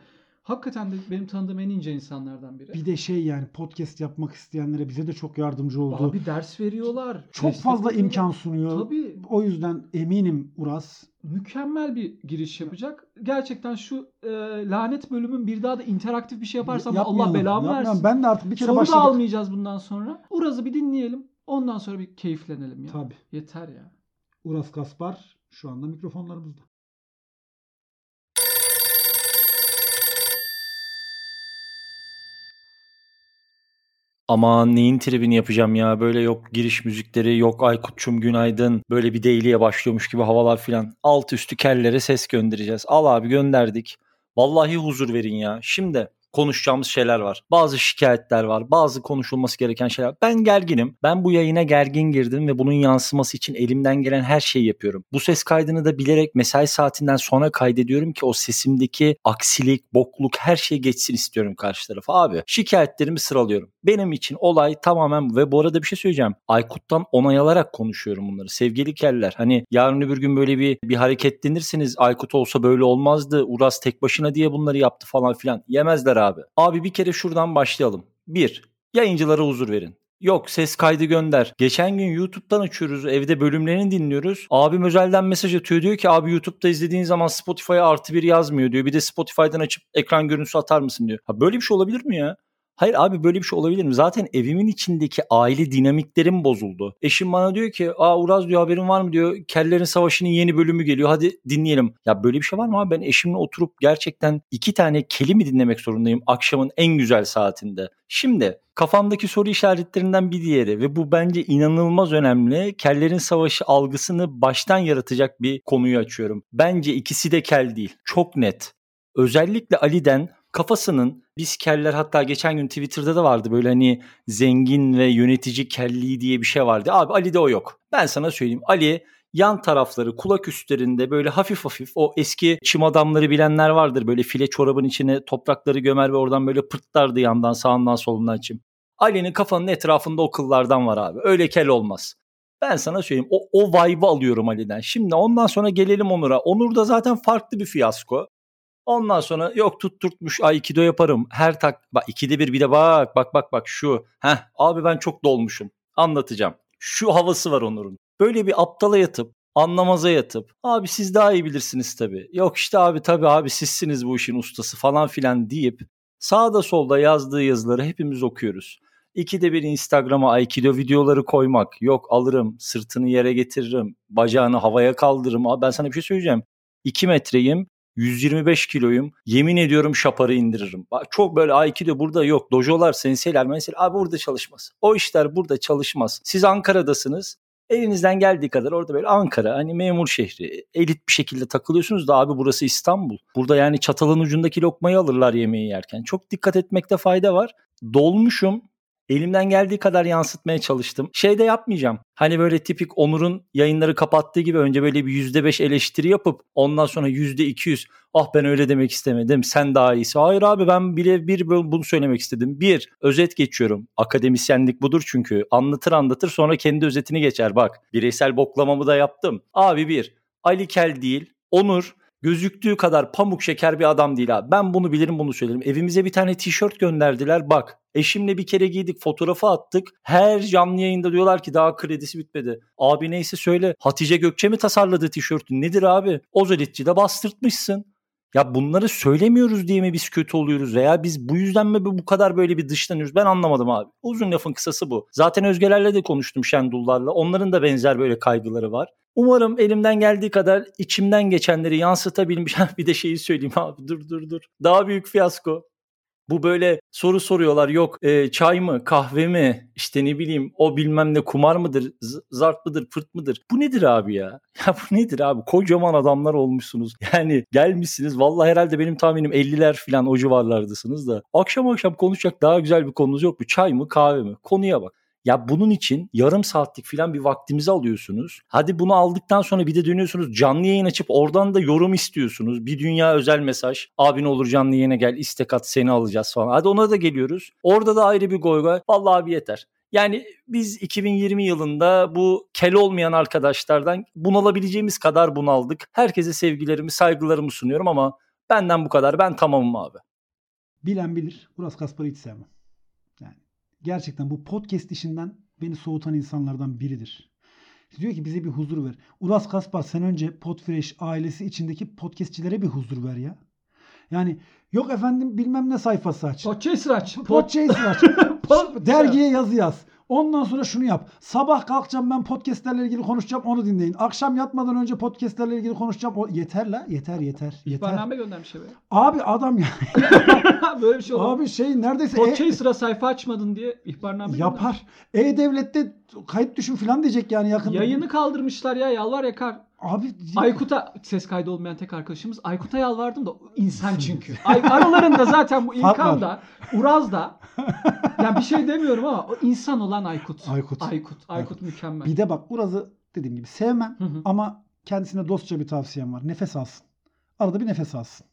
Hakikaten de benim tanıdığım en ince insanlardan biri. Bir de şey yani podcast yapmak isteyenlere bize de çok yardımcı oldu. Abi ders veriyorlar. Çok destek fazla veriyorlar. imkan sunuyor. Tabii. O yüzden eminim Uras Mükemmel bir giriş yapacak. Gerçekten şu e, lanet bölümün bir daha da interaktif bir şey yaparsam da Allah yapmayalım, belamı yapmayalım. versin. Ben de artık bir kere Soru da başladık. almayacağız bundan sonra. Uraz'ı bir dinleyelim. Ondan sonra bir keyiflenelim ya. Tabii. Yeter ya. Uras Kaspar şu anda mikrofonlarımızda. Aman neyin tribini yapacağım ya, böyle yok giriş müzikleri, yok Aykut'cum günaydın, böyle bir daily'ye başlıyormuş gibi havalar filan. Alt üstü kellere ses göndereceğiz. Al abi, gönderdik. Vallahi huzur verin ya. Şimdi konuşacağımız şeyler var. Bazı şikayetler var. Bazı konuşulması gereken şeyler. Ben gerginim. Ben bu yayına gergin girdim ve bunun yansıması için elimden gelen her şeyi yapıyorum. Bu ses kaydını da bilerek mesai saatinden sonra kaydediyorum ki o sesimdeki aksilik, bokluk her şey geçsin istiyorum karşı tarafa. Abi şikayetlerimi sıralıyorum. Benim için olay tamamen, ve bu arada bir şey söyleyeceğim. Aykut'tan onay alarak konuşuyorum bunları. Sevgili keller, hani yarın öbür gün böyle bir bir hareketlenirsiniz. Aykut olsa böyle olmazdı. Uras tek başına diye bunları yaptı falan filan. Yemezler abi. Abi bir kere şuradan başlayalım. Bir, yayıncılara huzur verin. Yok ses kaydı gönder. Geçen gün YouTube'dan açıyoruz. Evde bölümlerini dinliyoruz. Abim özelden mesaj atıyor. Diyor ki abi YouTube'da izlediğin zaman Spotify'a artı bir yazmıyor diyor. Bir de Spotify'dan açıp ekran görüntüsü atar mısın diyor. Ha böyle bir şey olabilir mi ya? Hayır abi, böyle bir şey olabilir mi? Zaten evimin içindeki aile dinamiklerim bozuldu. Eşim bana diyor ki aa Uraz diyor, haberin var mı diyor. Kellerin Savaşı'nın yeni bölümü geliyor, hadi dinleyelim. Ya böyle bir şey var mı abi? Ben eşimle oturup gerçekten iki tane keli mi dinlemek zorundayım akşamın en güzel saatinde? Şimdi kafamdaki soru işaretlerinden bir diğeri ve bu bence inanılmaz önemli. Kellerin Savaşı algısını baştan yaratacak bir konuyu açıyorum. Bence ikisi de kel değil. Çok net. Özellikle Ali'den kafasının, biz keller, hatta geçen gün Twitter'da da vardı böyle hani zengin ve yönetici kelliği diye bir şey vardı. Abi Ali'de o yok. Ben sana söyleyeyim. Ali yan tarafları, kulak üstlerinde böyle hafif hafif, o eski çim adamları bilenler vardır. Böyle file çorabın içine toprakları gömer ve oradan böyle pırtlardı yandan sağından solundan çim. Ali'nin kafanın etrafında o kıllardan var abi. Öyle kel olmaz. Ben sana söyleyeyim, o, o vibe'ı alıyorum Ali'den. Şimdi ondan sonra gelelim Onur'a. Onur da zaten farklı bir fiyasko. Ondan sonra yok tutturtmuş Aikido yaparım. Her tak bak ikide bir bir de bak bak bak bak şu. Heh abi ben çok dolmuşum. Anlatacağım. Şu havası var Onur'un. Böyle bir aptala yatıp, anlamaza yatıp abi siz daha iyi bilirsiniz tabii. Yok işte abi tabii abi sizsiniz bu işin ustası falan filan deyip sağda solda yazdığı yazıları hepimiz okuyoruz. İkide bir Instagram'a Aikido videoları koymak. Yok alırım, sırtını yere getiririm, bacağını havaya kaldırırım. Abi ben sana bir şey söyleyeceğim. iki metreyim. yüz yirmi beş kiloyum. Yemin ediyorum şaparı indiririm. Bak çok böyle Aikido burada yok. Dojolar, senseiler, mesela abi burada çalışmaz. O işler burada çalışmaz. Siz Ankara'dasınız. Elinizden geldiği kadar orada böyle Ankara, hani memur şehri, elit bir şekilde takılıyorsunuz da abi burası İstanbul. Burada yani çatalın ucundaki lokmayı alırlar yemeği yerken. Çok dikkat etmekte fayda var. Dolmuşum. Elimden geldiği kadar yansıtmaya çalıştım. Şey de yapmayacağım. Hani böyle tipik Onur'un yayınları kapattığı gibi önce böyle bir yüzde beş eleştiri yapıp ondan sonra yüzde iki yüz ah ben öyle demek istemedim, sen daha iyisi. Hayır abi, ben bile bir bunu söylemek istedim. Bir, özet geçiyorum. Akademisyenlik budur çünkü. Anlatır anlatır sonra kendi özetini geçer bak. Bireysel boklamamı da yaptım. Abi bir, Ali kel değil. Onur gözüktüğü kadar pamuk şeker bir adam değil abi. Ben bunu bilirim, bunu söylerim. Evimize bir tane tişört gönderdiler. Bak eşimle bir kere giydik, fotoğrafı attık. Her canlı yayında diyorlar ki daha kredisi bitmedi. Abi neyse söyle, Hatice Gökçe mi tasarladı tişörtü? Nedir abi? Ozolitçi'de bastırtmışsın. Ya bunları söylemiyoruz diye mi biz kötü oluyoruz veya biz bu yüzden mi bu kadar böyle bir dışlanıyoruz? Ben anlamadım abi. Uzun lafın kısası bu. Zaten Özgeler'le de konuştum, Şendullar'la. Onların da benzer böyle kaygıları var. Umarım elimden geldiği kadar içimden geçenleri yansıtabilmiş. Bir de şeyi söyleyeyim abi, dur dur dur. Daha büyük fiyasko. Bu böyle soru soruyorlar, yok e, çay mı kahve mi işte ne bileyim o bilmem ne kumar mıdır z- zart mıdır pırt mıdır, bu nedir abi ya? Ya bu nedir abi, kocaman adamlar olmuşsunuz yani, gelmişsiniz vallahi herhalde benim tahminim elliler falan o civarlardasınız da akşam akşam konuşacak daha güzel bir konunuz yok mu? Çay mı kahve mi, konuya bak. Ya bunun için yarım saatlik falan bir vaktimizi alıyorsunuz. Hadi bunu aldıktan sonra bir de dönüyorsunuz canlı yayın açıp oradan da yorum istiyorsunuz. Bir dünya özel mesaj. Abi ne olur canlı yayına gel, istek at, seni alacağız falan. Hadi ona da geliyoruz. Orada da ayrı bir goy goy. Vallahi abi yeter. Yani biz iki bin yirmi yılında bu kel olmayan arkadaşlardan bunalabileceğimiz kadar bunaldık. Herkese sevgilerimi, saygılarımı sunuyorum ama benden bu kadar. Ben tamamım abi. Bilen bilir. Uras Kaspar'ı hiç sevmem. Yani gerçekten bu podcast işinden beni soğutan insanlardan biridir. Diyor ki bize bir huzur ver. Uras Kaspar sen önce Podfresh ailesi içindeki podcastçilere bir huzur ver ya. Yani yok efendim bilmem ne sayfası aç. Podchaser aç. Podchaser aç. Dergiye yazı yaz. Ondan sonra şunu yap. Sabah kalkacağım ben podcastlerle ilgili konuşacağım onu dinleyin. Akşam yatmadan önce podcastlerle ilgili konuşacağım. O... Yeter la yeter yeter. yeter. İhbarname göndermiş be. Abi adam ya. Böyle bir şey olur. Abi şey neredeyse. Podchaser'a e... sayfa açmadın diye ihbarname yapar. E-Devlet'te kayıt düşün falan diyecek yani yakında. Yayını kaldırmışlar ya yalvar yakar. Abi Aykut'a ses kaydı olmayan tek arkadaşımız Aykut'a yalvardım da insan çünkü. Ay, aralarında zaten bu İlkan da Uraz da yani bir şey demiyorum ama o insan olan Aykut. Aykut. Aykut. Aykut mükemmel. Bir de bak Uraz'ı dediğim gibi sevmem hı hı. ama kendisine dostça bir tavsiyem var. Nefes alsın. Arada bir nefes alsın.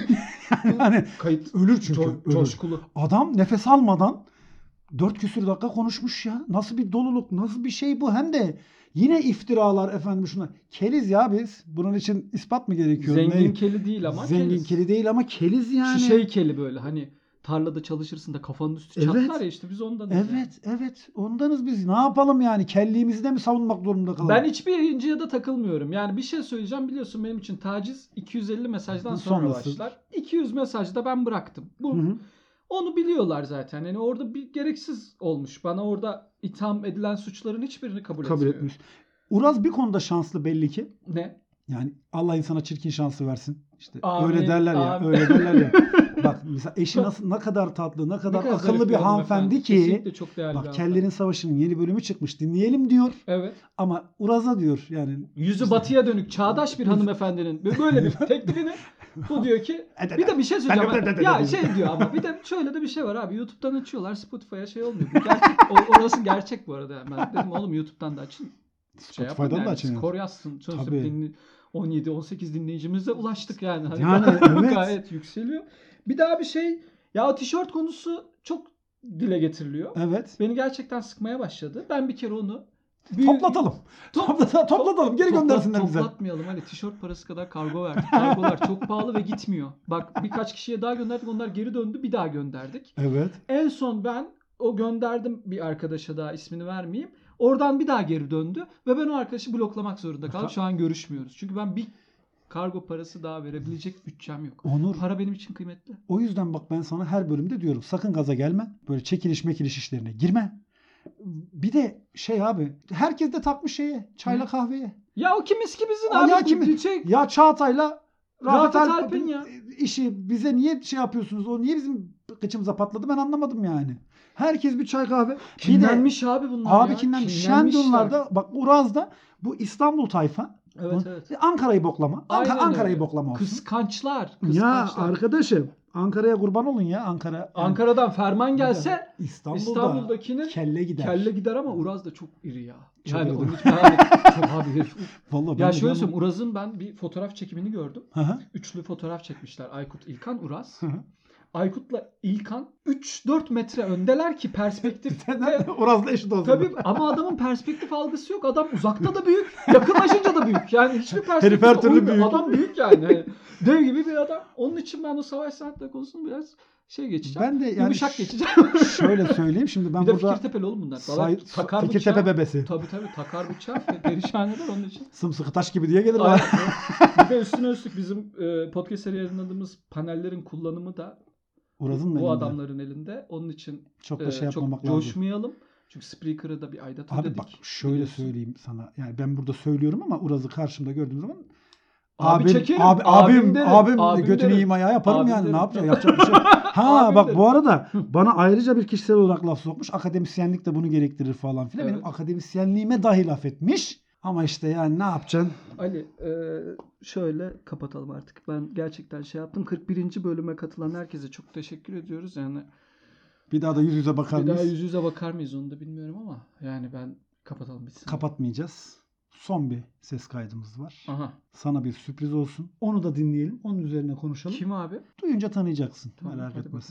yani hani kayıt ölür çünkü. Co- ölür. Coşkulu. Adam nefes almadan dört küsür dakika konuşmuş ya. Nasıl bir doluluk, nasıl bir şey bu? Hem de yine iftiralar efendim şuna. Keliz ya biz. Bunun için ispat mı gerekiyor? Zengin ne? keli değil ama Zengin keliz. keli değil ama keliz yani. Şişey keli böyle hani tarlada çalışırsın da kafanın üstü evet. çatlar ya işte biz ondanız. Evet yani. evet ondanız biz. Ne yapalım yani? Kelliğimizi de mi savunmak zorunda kalalım? Ben hiçbir yayıncıya da takılmıyorum. Yani bir şey söyleyeceğim biliyorsun benim için taciz iki yüz elli mesajdan sonra Sonrası. başlar. iki yüz mesajda ben bıraktım. Bu hı hı. Onu biliyorlar zaten. Yani orada bir gereksiz olmuş. Bana orada itham edilen suçların hiçbirini kabul, kabul etmiyor. etmiş. Uraz bir konuda şanslı belli ki. Ne? Yani Allah insana çirkin şansı versin. İşte Amin, öyle derler ya, amin. öyle derler ya. Bak mesela eşi nasıl ne kadar tatlı, ne kadar, ne kadar akıllı bir hanımefendi ki. Çok değerli bak Kellerin Savaşı'nın yeni bölümü çıkmış. Dinleyelim diyor. Evet. Ama Uraz'a diyor yani. Yüzü işte, batıya dönük çağdaş bir hanımefendinin böyle bir teklifini bu diyor ki bir de bir şey söyleyeceğim. Ya şey diyor ama bir de şöyle de bir şey var abi. YouTube'dan açıyorlar. Spotify'a şey olmuyor. Bu gerçek, orası gerçek bu arada. Ben dedim oğlum YouTube'dan da açın. Spotify'dan şey da açın. Skor yazsın. Dinli, on yedi on sekiz dinleyicimize ulaştık yani. Hani yani evet. Gayet yükseliyor. Bir daha bir şey. Ya o tişört konusu çok dile getiriliyor. Evet. Beni gerçekten sıkmaya başladı. Ben bir kere onu büyük... toplatalım. Toplata, toplatalım. Geri topla, göndersinler bize. Toplatmayalım. Hadi tişört parası kadar kargo verdik. Kargolar çok pahalı ve gitmiyor. Bak birkaç kişiye daha gönderdik. Onlar geri döndü. Bir daha gönderdik. Evet. En son ben o gönderdim bir arkadaşa daha ismini vermeyeyim. Oradan bir daha geri döndü ve ben o arkadaşı bloklamak zorunda kaldım. Şu an görüşmüyoruz. Çünkü ben bir kargo parası daha verebilecek bütçem yok. Onur. Para benim için kıymetli. O yüzden bak ben sana her bölümde diyorum. Sakın gaza gelme. Böyle çekiliş mekiliş işlerine girme. Bir de şey abi. Herkes de takmış şeye. Çayla Hı. kahveye. Ya o kimiz kimizin abi. Ya, kimi, şey... ya Çağatay'la Rafet Alp'in ya. işi bize niye şey yapıyorsunuz? O niye bizim kıçımıza patladı ben anlamadım yani. Herkes bir çay kahve. Kinlenmiş bir de, abi bunlar abi ya. Kinlenmiş. Şendonlar'da bak Uraz'da bu İstanbul tayfa. Evet evet. Ankara'yı boklama. Anka, Ankara'yı boklama olsun. Kıskançlar. Kıskançlar. Ya arkadaşım Ankara'ya kurban olun ya Ankara. Yani, Ankara'dan ferman gelse İstanbul'da İstanbul'dakinin kelle gider. Kelle gider ama Uraz da çok iri ya. Çok yani iri. onun için abi çok abi herif. Vallahi ya şöyle söyleyeyim Uraz'ın ben bir fotoğraf çekimini gördüm. Hı-hı. Üçlü fotoğraf çekmişler. Aykut, İlkan, Uraz. Hı-hı. Aykut'la İlkan üç dört metre öndeler ki perspektif. Uraz'la eşit olsun. Tabii ama adamın perspektif algısı yok. Adam uzakta da büyük, yakınlaşınca da büyük. Yani hiçbir perspektif her türlü büyük. Adam büyük yani. yani. Dev gibi bir adam. Onun için ben o savaş saatleri konusunu biraz şey geçeceğim. Ben de yani yumuşak geçeceğim. Şöyle söyleyeyim şimdi ben bir de burada Fikirtepeli oğlum bunlar. Say, takar Fikirtepe bebesi. Tabii tabii takar bıçağı. Perişaneler onun için. Sımsıkı taş gibi diye gelirler. Bir de üstüne üstlük bizim e, podcast'e yayınladığımız panellerin kullanımı da Uraz'ın bu elinde. adamların elinde. Onun için çok da şey e, çok yapmamak lazım. coşmayalım. Çünkü Spreaker'ı da bir aidat Abi ödedik. bak şöyle biliyorsun. Söyleyeyim sana. Yani ben burada söylüyorum ama Uraz'ı karşımda gördüğüm zaman Abi abim, çekerim. abi, abim, abim, derim, abim, abim götünü yiyeyim ayağı yaparım abim yani derim. Ne yapacağım? Yapacak bir şey. Ha Abim bak derim. bu arada bana ayrıca bir kişisel olarak laf sokmuş. Akademisyenlik de bunu gerektirir falan filan. Evet. Benim akademisyenliğime dahi laf etmiş. Ama işte yani ne yapacaksın? Ali e, şöyle kapatalım artık. Ben gerçekten şey yaptım. kırk birinci bölüme katılan herkese çok teşekkür ediyoruz. Yani bir daha da yüz yüze bakar bir mıyız? daha yüz yüze bakar mıyız onu da bilmiyorum ama yani ben kapatalım bitsin. Kapatmayacağız. Son bir ses kaydımız var. Aha. Sana bir sürpriz olsun. Onu da dinleyelim. Onun üzerine konuşalım. Kim abi? Duyunca tanıyacaksın. Tamam, merak etmesin.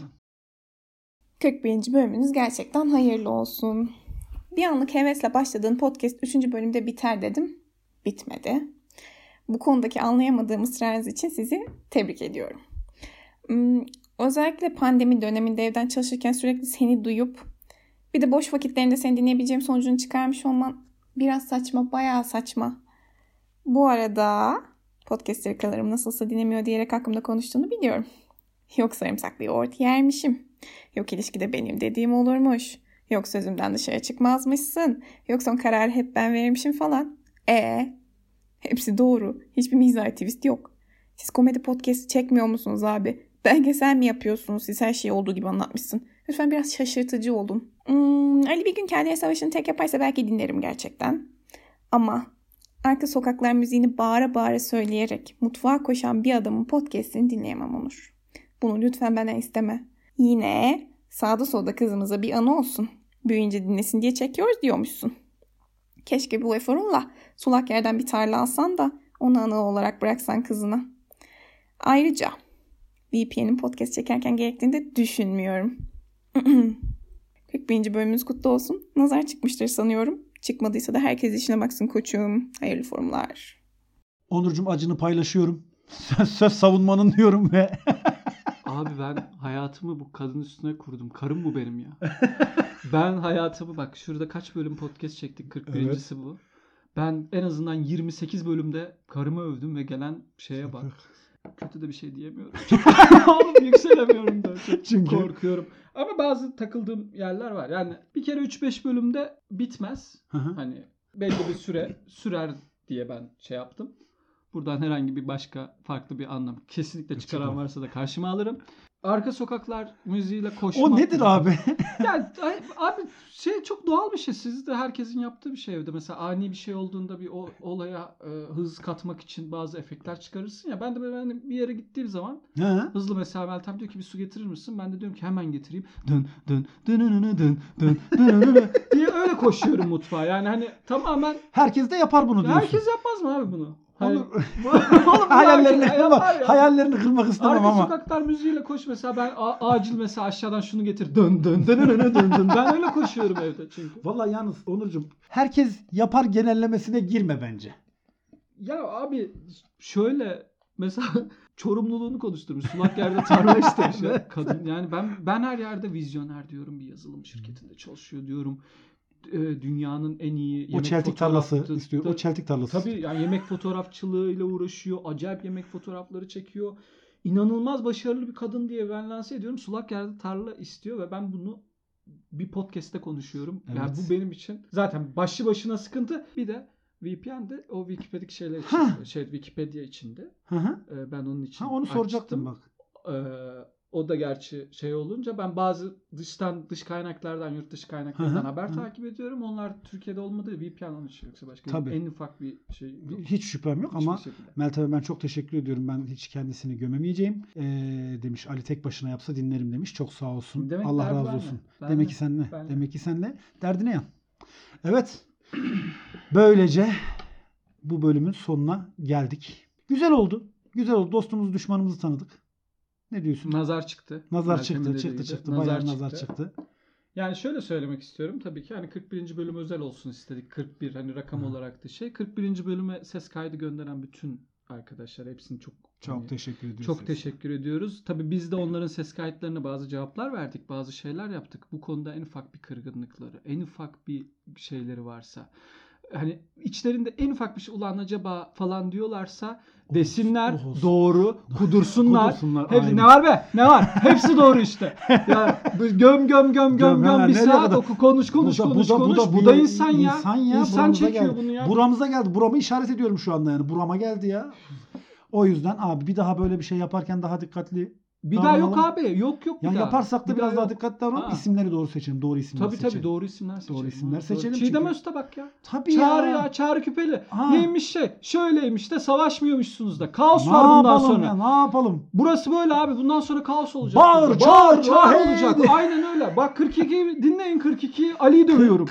kırk birinci bölümünüz gerçekten hayırlı olsun. Bir anlık hevesle başladığın podcast üçüncü bölümde biter dedim. Bitmedi. Bu konudaki anlayamadığım ısrarınız için sizi tebrik ediyorum. Özellikle pandemi döneminde evden çalışırken sürekli seni duyup bir de boş vakitlerinde seni dinleyebileceğim sonucunu çıkarmış olman biraz saçma, bayağı saçma. Bu arada podcast yakalarım nasılsa dinlemiyor diyerek hakkımda konuştuğunu biliyorum. Yok sarımsaklı yoğurt yermişim. Yok ilişkide benim dediğim olurmuş. Yok sözümden dışarı çıkmazmışsın. Yok son kararı hep ben vermişim falan. Ee, hepsi doğru. Hiçbir mizah twist yok. Siz komedi podcast çekmiyor musunuz abi? Belgesel mi yapıyorsunuz? Siz her şeyi olduğu gibi anlatmışsın. Lütfen biraz şaşırtıcı olun. Hmm, Ali bir gün Kellerin Savaşı'nı tek yaparsa belki dinlerim gerçekten. Ama arka sokaklar müziğini bağıra bağıra söyleyerek mutfağa koşan bir adamın podcastini dinleyemem Onur. Bunu lütfen benden isteme. Yine sağda solda kızımıza bir anı olsun. Büyüyünce dinlesin diye çekiyoruz diyormuşsun. Keşke bu eforunla sulak yerden bir tarla alsan da onu anı olarak bıraksan kızına. Ayrıca V P N'in podcast çekerken gerektiğini de düşünmüyorum. kırk birinci bölümümüz kutlu olsun. Nazar çıkmıştır sanıyorum. Çıkmadıysa da herkes işine baksın koçum. Hayırlı forumlar. Onurcuğum acını paylaşıyorum. Söz, söz savunmanın diyorum ve Abi ben hayatımı bu kadın üstüne kurdum. Karım bu benim ya. Ben hayatımı bak şurada kaç bölüm podcast çektik. kırk birincisi evet. Bu. Ben en azından yirmi sekiz bölümde karımı övdüm ve gelen şeye bak. Kötü de bir şey diyemiyorum. Oğlum yükselemiyorum da. Çok Çünkü... korkuyorum. Ama bazı takıldığım yerler var. Yani bir kere üç beş bölümde bitmez. Hı hı. Hani belli bir süre sürer diye ben şey yaptım. Buradan herhangi bir başka farklı bir anlam kesinlikle çıkaran varsa da karşıma alırım. Arka sokaklar müziğiyle koşmak. O nedir abi? Yani abi şey çok doğal bir şey. Sizde herkesin yaptığı bir şey evde. Mesela ani bir şey olduğunda bir o, olaya e, hız katmak için bazı efektler çıkarırsın ya. Ben de böyle hani bir yere gittiğim zaman He. hızlı mesela Meltem diyor ki bir su getirir misin? Ben de diyorum ki hemen getireyim. Dön dön dön dön dön dön dön diye öyle koşuyorum mutfağa. Yani hani tamamen herkes de yapar bunu diyorsun. Herkes yapmaz mı abi bunu? Hayır. Oğlum, hayallerini kırma, hayallerini kırmak istemem Arka ama. Arka sokaklar müziğiyle koş mesela ben a- acil mesela aşağıdan şunu getir dön dön dön dön dön dön. Ben öyle koşuyorum evde çünkü. Vallahi yalnız Onurcuğum herkes yapar genellemesine girme bence. Ya abi şöyle mesela Çorumluluğunu konuşturmuş. Sulak yerde tarla istemiş ya kadın. Yani ben ben her yerde vizyoner diyorum, bir yazılım şirketinde çalışıyor diyorum. Dünyanın en iyi yemek o çeltik tarlası istiyor. O çeltik tarlası. Tabii yani yemek fotoğrafçılığıyla uğraşıyor. Acayip yemek fotoğrafları çekiyor. İnanılmaz başarılı bir kadın diye ben lanse ediyorum. Sulak yerde tarla istiyor ve ben bunu bir podcast'te konuşuyorum. Evet. Yani bu benim için zaten başlı başına sıkıntı. Bir de V P N'de o Wikipedia şeyler için, şey Wikipedia içinde. Hı hı. Ben onun için ha, onu açtım. soracaktım bak. Ee, o da gerçi şey olunca ben bazı dıştan dış kaynaklardan, yurt dışı kaynaklardan hı hı, haber hı. takip ediyorum. Onlar Türkiye'de olmadığı V P N onun için yoksa başka Tabii. en ufak bir şey yok. Hiç şüphem yok Hiçbir ama şekilde. Meltem'e ben çok teşekkür ediyorum. Ben hiç kendisini gömemeyeceğim. Ee, demiş Ali tek başına yapsa dinlerim demiş. Çok sağ olsun. Demek Allah razı olsun. Ben Demek de. ki senle. Ben Demek de. ki senle. Derdine yan. Evet. Böylece bu bölümün sonuna geldik. Güzel oldu. Güzel oldu. Dostumuzu, düşmanımızı tanıdık. Ne diyorsun? Nazar çıktı. Nazar çıktı, çıktı, çıktı. Nazar Bayağı çıktı. nazar çıktı. Yani şöyle söylemek istiyorum tabii ki hani kırk birinci bölüm özel olsun istedik. kırk bir hani rakam Hı. olarak da şey. kırk birinci bölüme ses kaydı gönderen bütün arkadaşlar hepsini çok çok hani, teşekkür ediyoruz. Çok teşekkür ediyoruz. Tabii biz de onların ses kayıtlarına bazı cevaplar verdik, bazı şeyler yaptık. Bu konuda en ufak bir kırgınlıkları, en ufak bir şeyleri varsa, hani içlerinde en ufak bir şey ulan acaba falan diyorlarsa desinler, olsun, olsun. Doğru, kudursunlar. kudursunlar Hepsi, ne var be? Ne var? Hepsi doğru işte. Ya göm göm göm göm göm bir saat oku konuş konuş bu da, konuş bu da, konuş. Bu, da, bu, bu da insan ya. İnsan ya. İnsan çekiyor geldi. bunu ya. Buramıza geldi. Buramı işaret ediyorum şu anda yani. Burama geldi ya. O yüzden abi bir daha böyle bir şey yaparken daha dikkatli Bir daha yok abi. Yok yok. Yani bir yaparsak da bir biraz daha yok. dikkatli davranalım. İsimleri doğru seçelim. Doğru isimler tabii, seçelim. Tabii tabii doğru isimler seçelim. Doğru isimler seçelim. Çiğdem çünkü... Öztabak ya. Tabii Çağrı ya. ya. Çağrı Küpeli. Ha. Neymiş şey? Şöyleymiş de savaşmıyormuşsunuz da. Kaos ne var bundan sonra. Ya, ne yapalım? Burası böyle abi. Bundan sonra kaos olacak. Bağır, çağır, çağır olacak. Aynen öyle. Bak kırk iki dinleyin kırk ikiyi Ali'yi dövüyorum.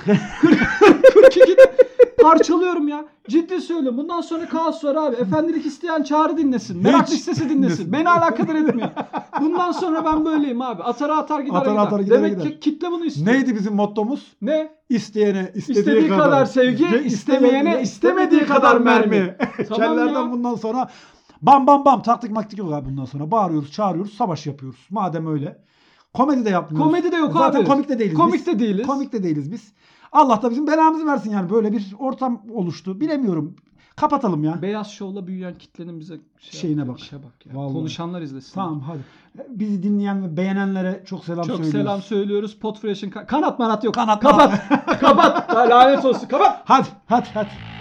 kırk ikide parçalıyorum ya. Ciddi söylüyorum. Bundan sonra kaos var abi. Efendilik isteyen Çağrı dinlesin. Merak listesi dinlesin. Beni alakadar etmiyor. Bundan sonra ben böyleyim abi. Atar atar gider atar, gider. Atar, gider Demek gider. ki kitle bunu istiyor. Neydi bizim mottomuz? Ne? İsteyene istediği, istediği kadar, kadar sevgi, istemeyene istemediği kadar mermi. Kellerden bundan sonra Bam bam bam taktik maktik yok abi bundan sonra. Bağırıyoruz, çağırıyoruz, savaş yapıyoruz. Madem öyle. Komedi de yapmıyoruz. Komedi de yok Zaten abi. komik de değiliz Komik biz. de değiliz. Komik de değiliz biz. Allah da bizim belamızı versin yani. Böyle bir ortam oluştu. Bilemiyorum. Kapatalım ya. Beyaz Show'la büyüyen kitlenin bize şey Şeyine yaptığı bak. işe bak ya. Vallahi. Konuşanlar izlesin. Tamam hadi. Bizi dinleyen ve beğenenlere çok selam Çok söylüyoruz. selam söylüyoruz. Podfresh'in ka- kanat manat yok. Kanat Kapat. Kapat. Lanet olsun. Kapat. Hadi hadi hadi.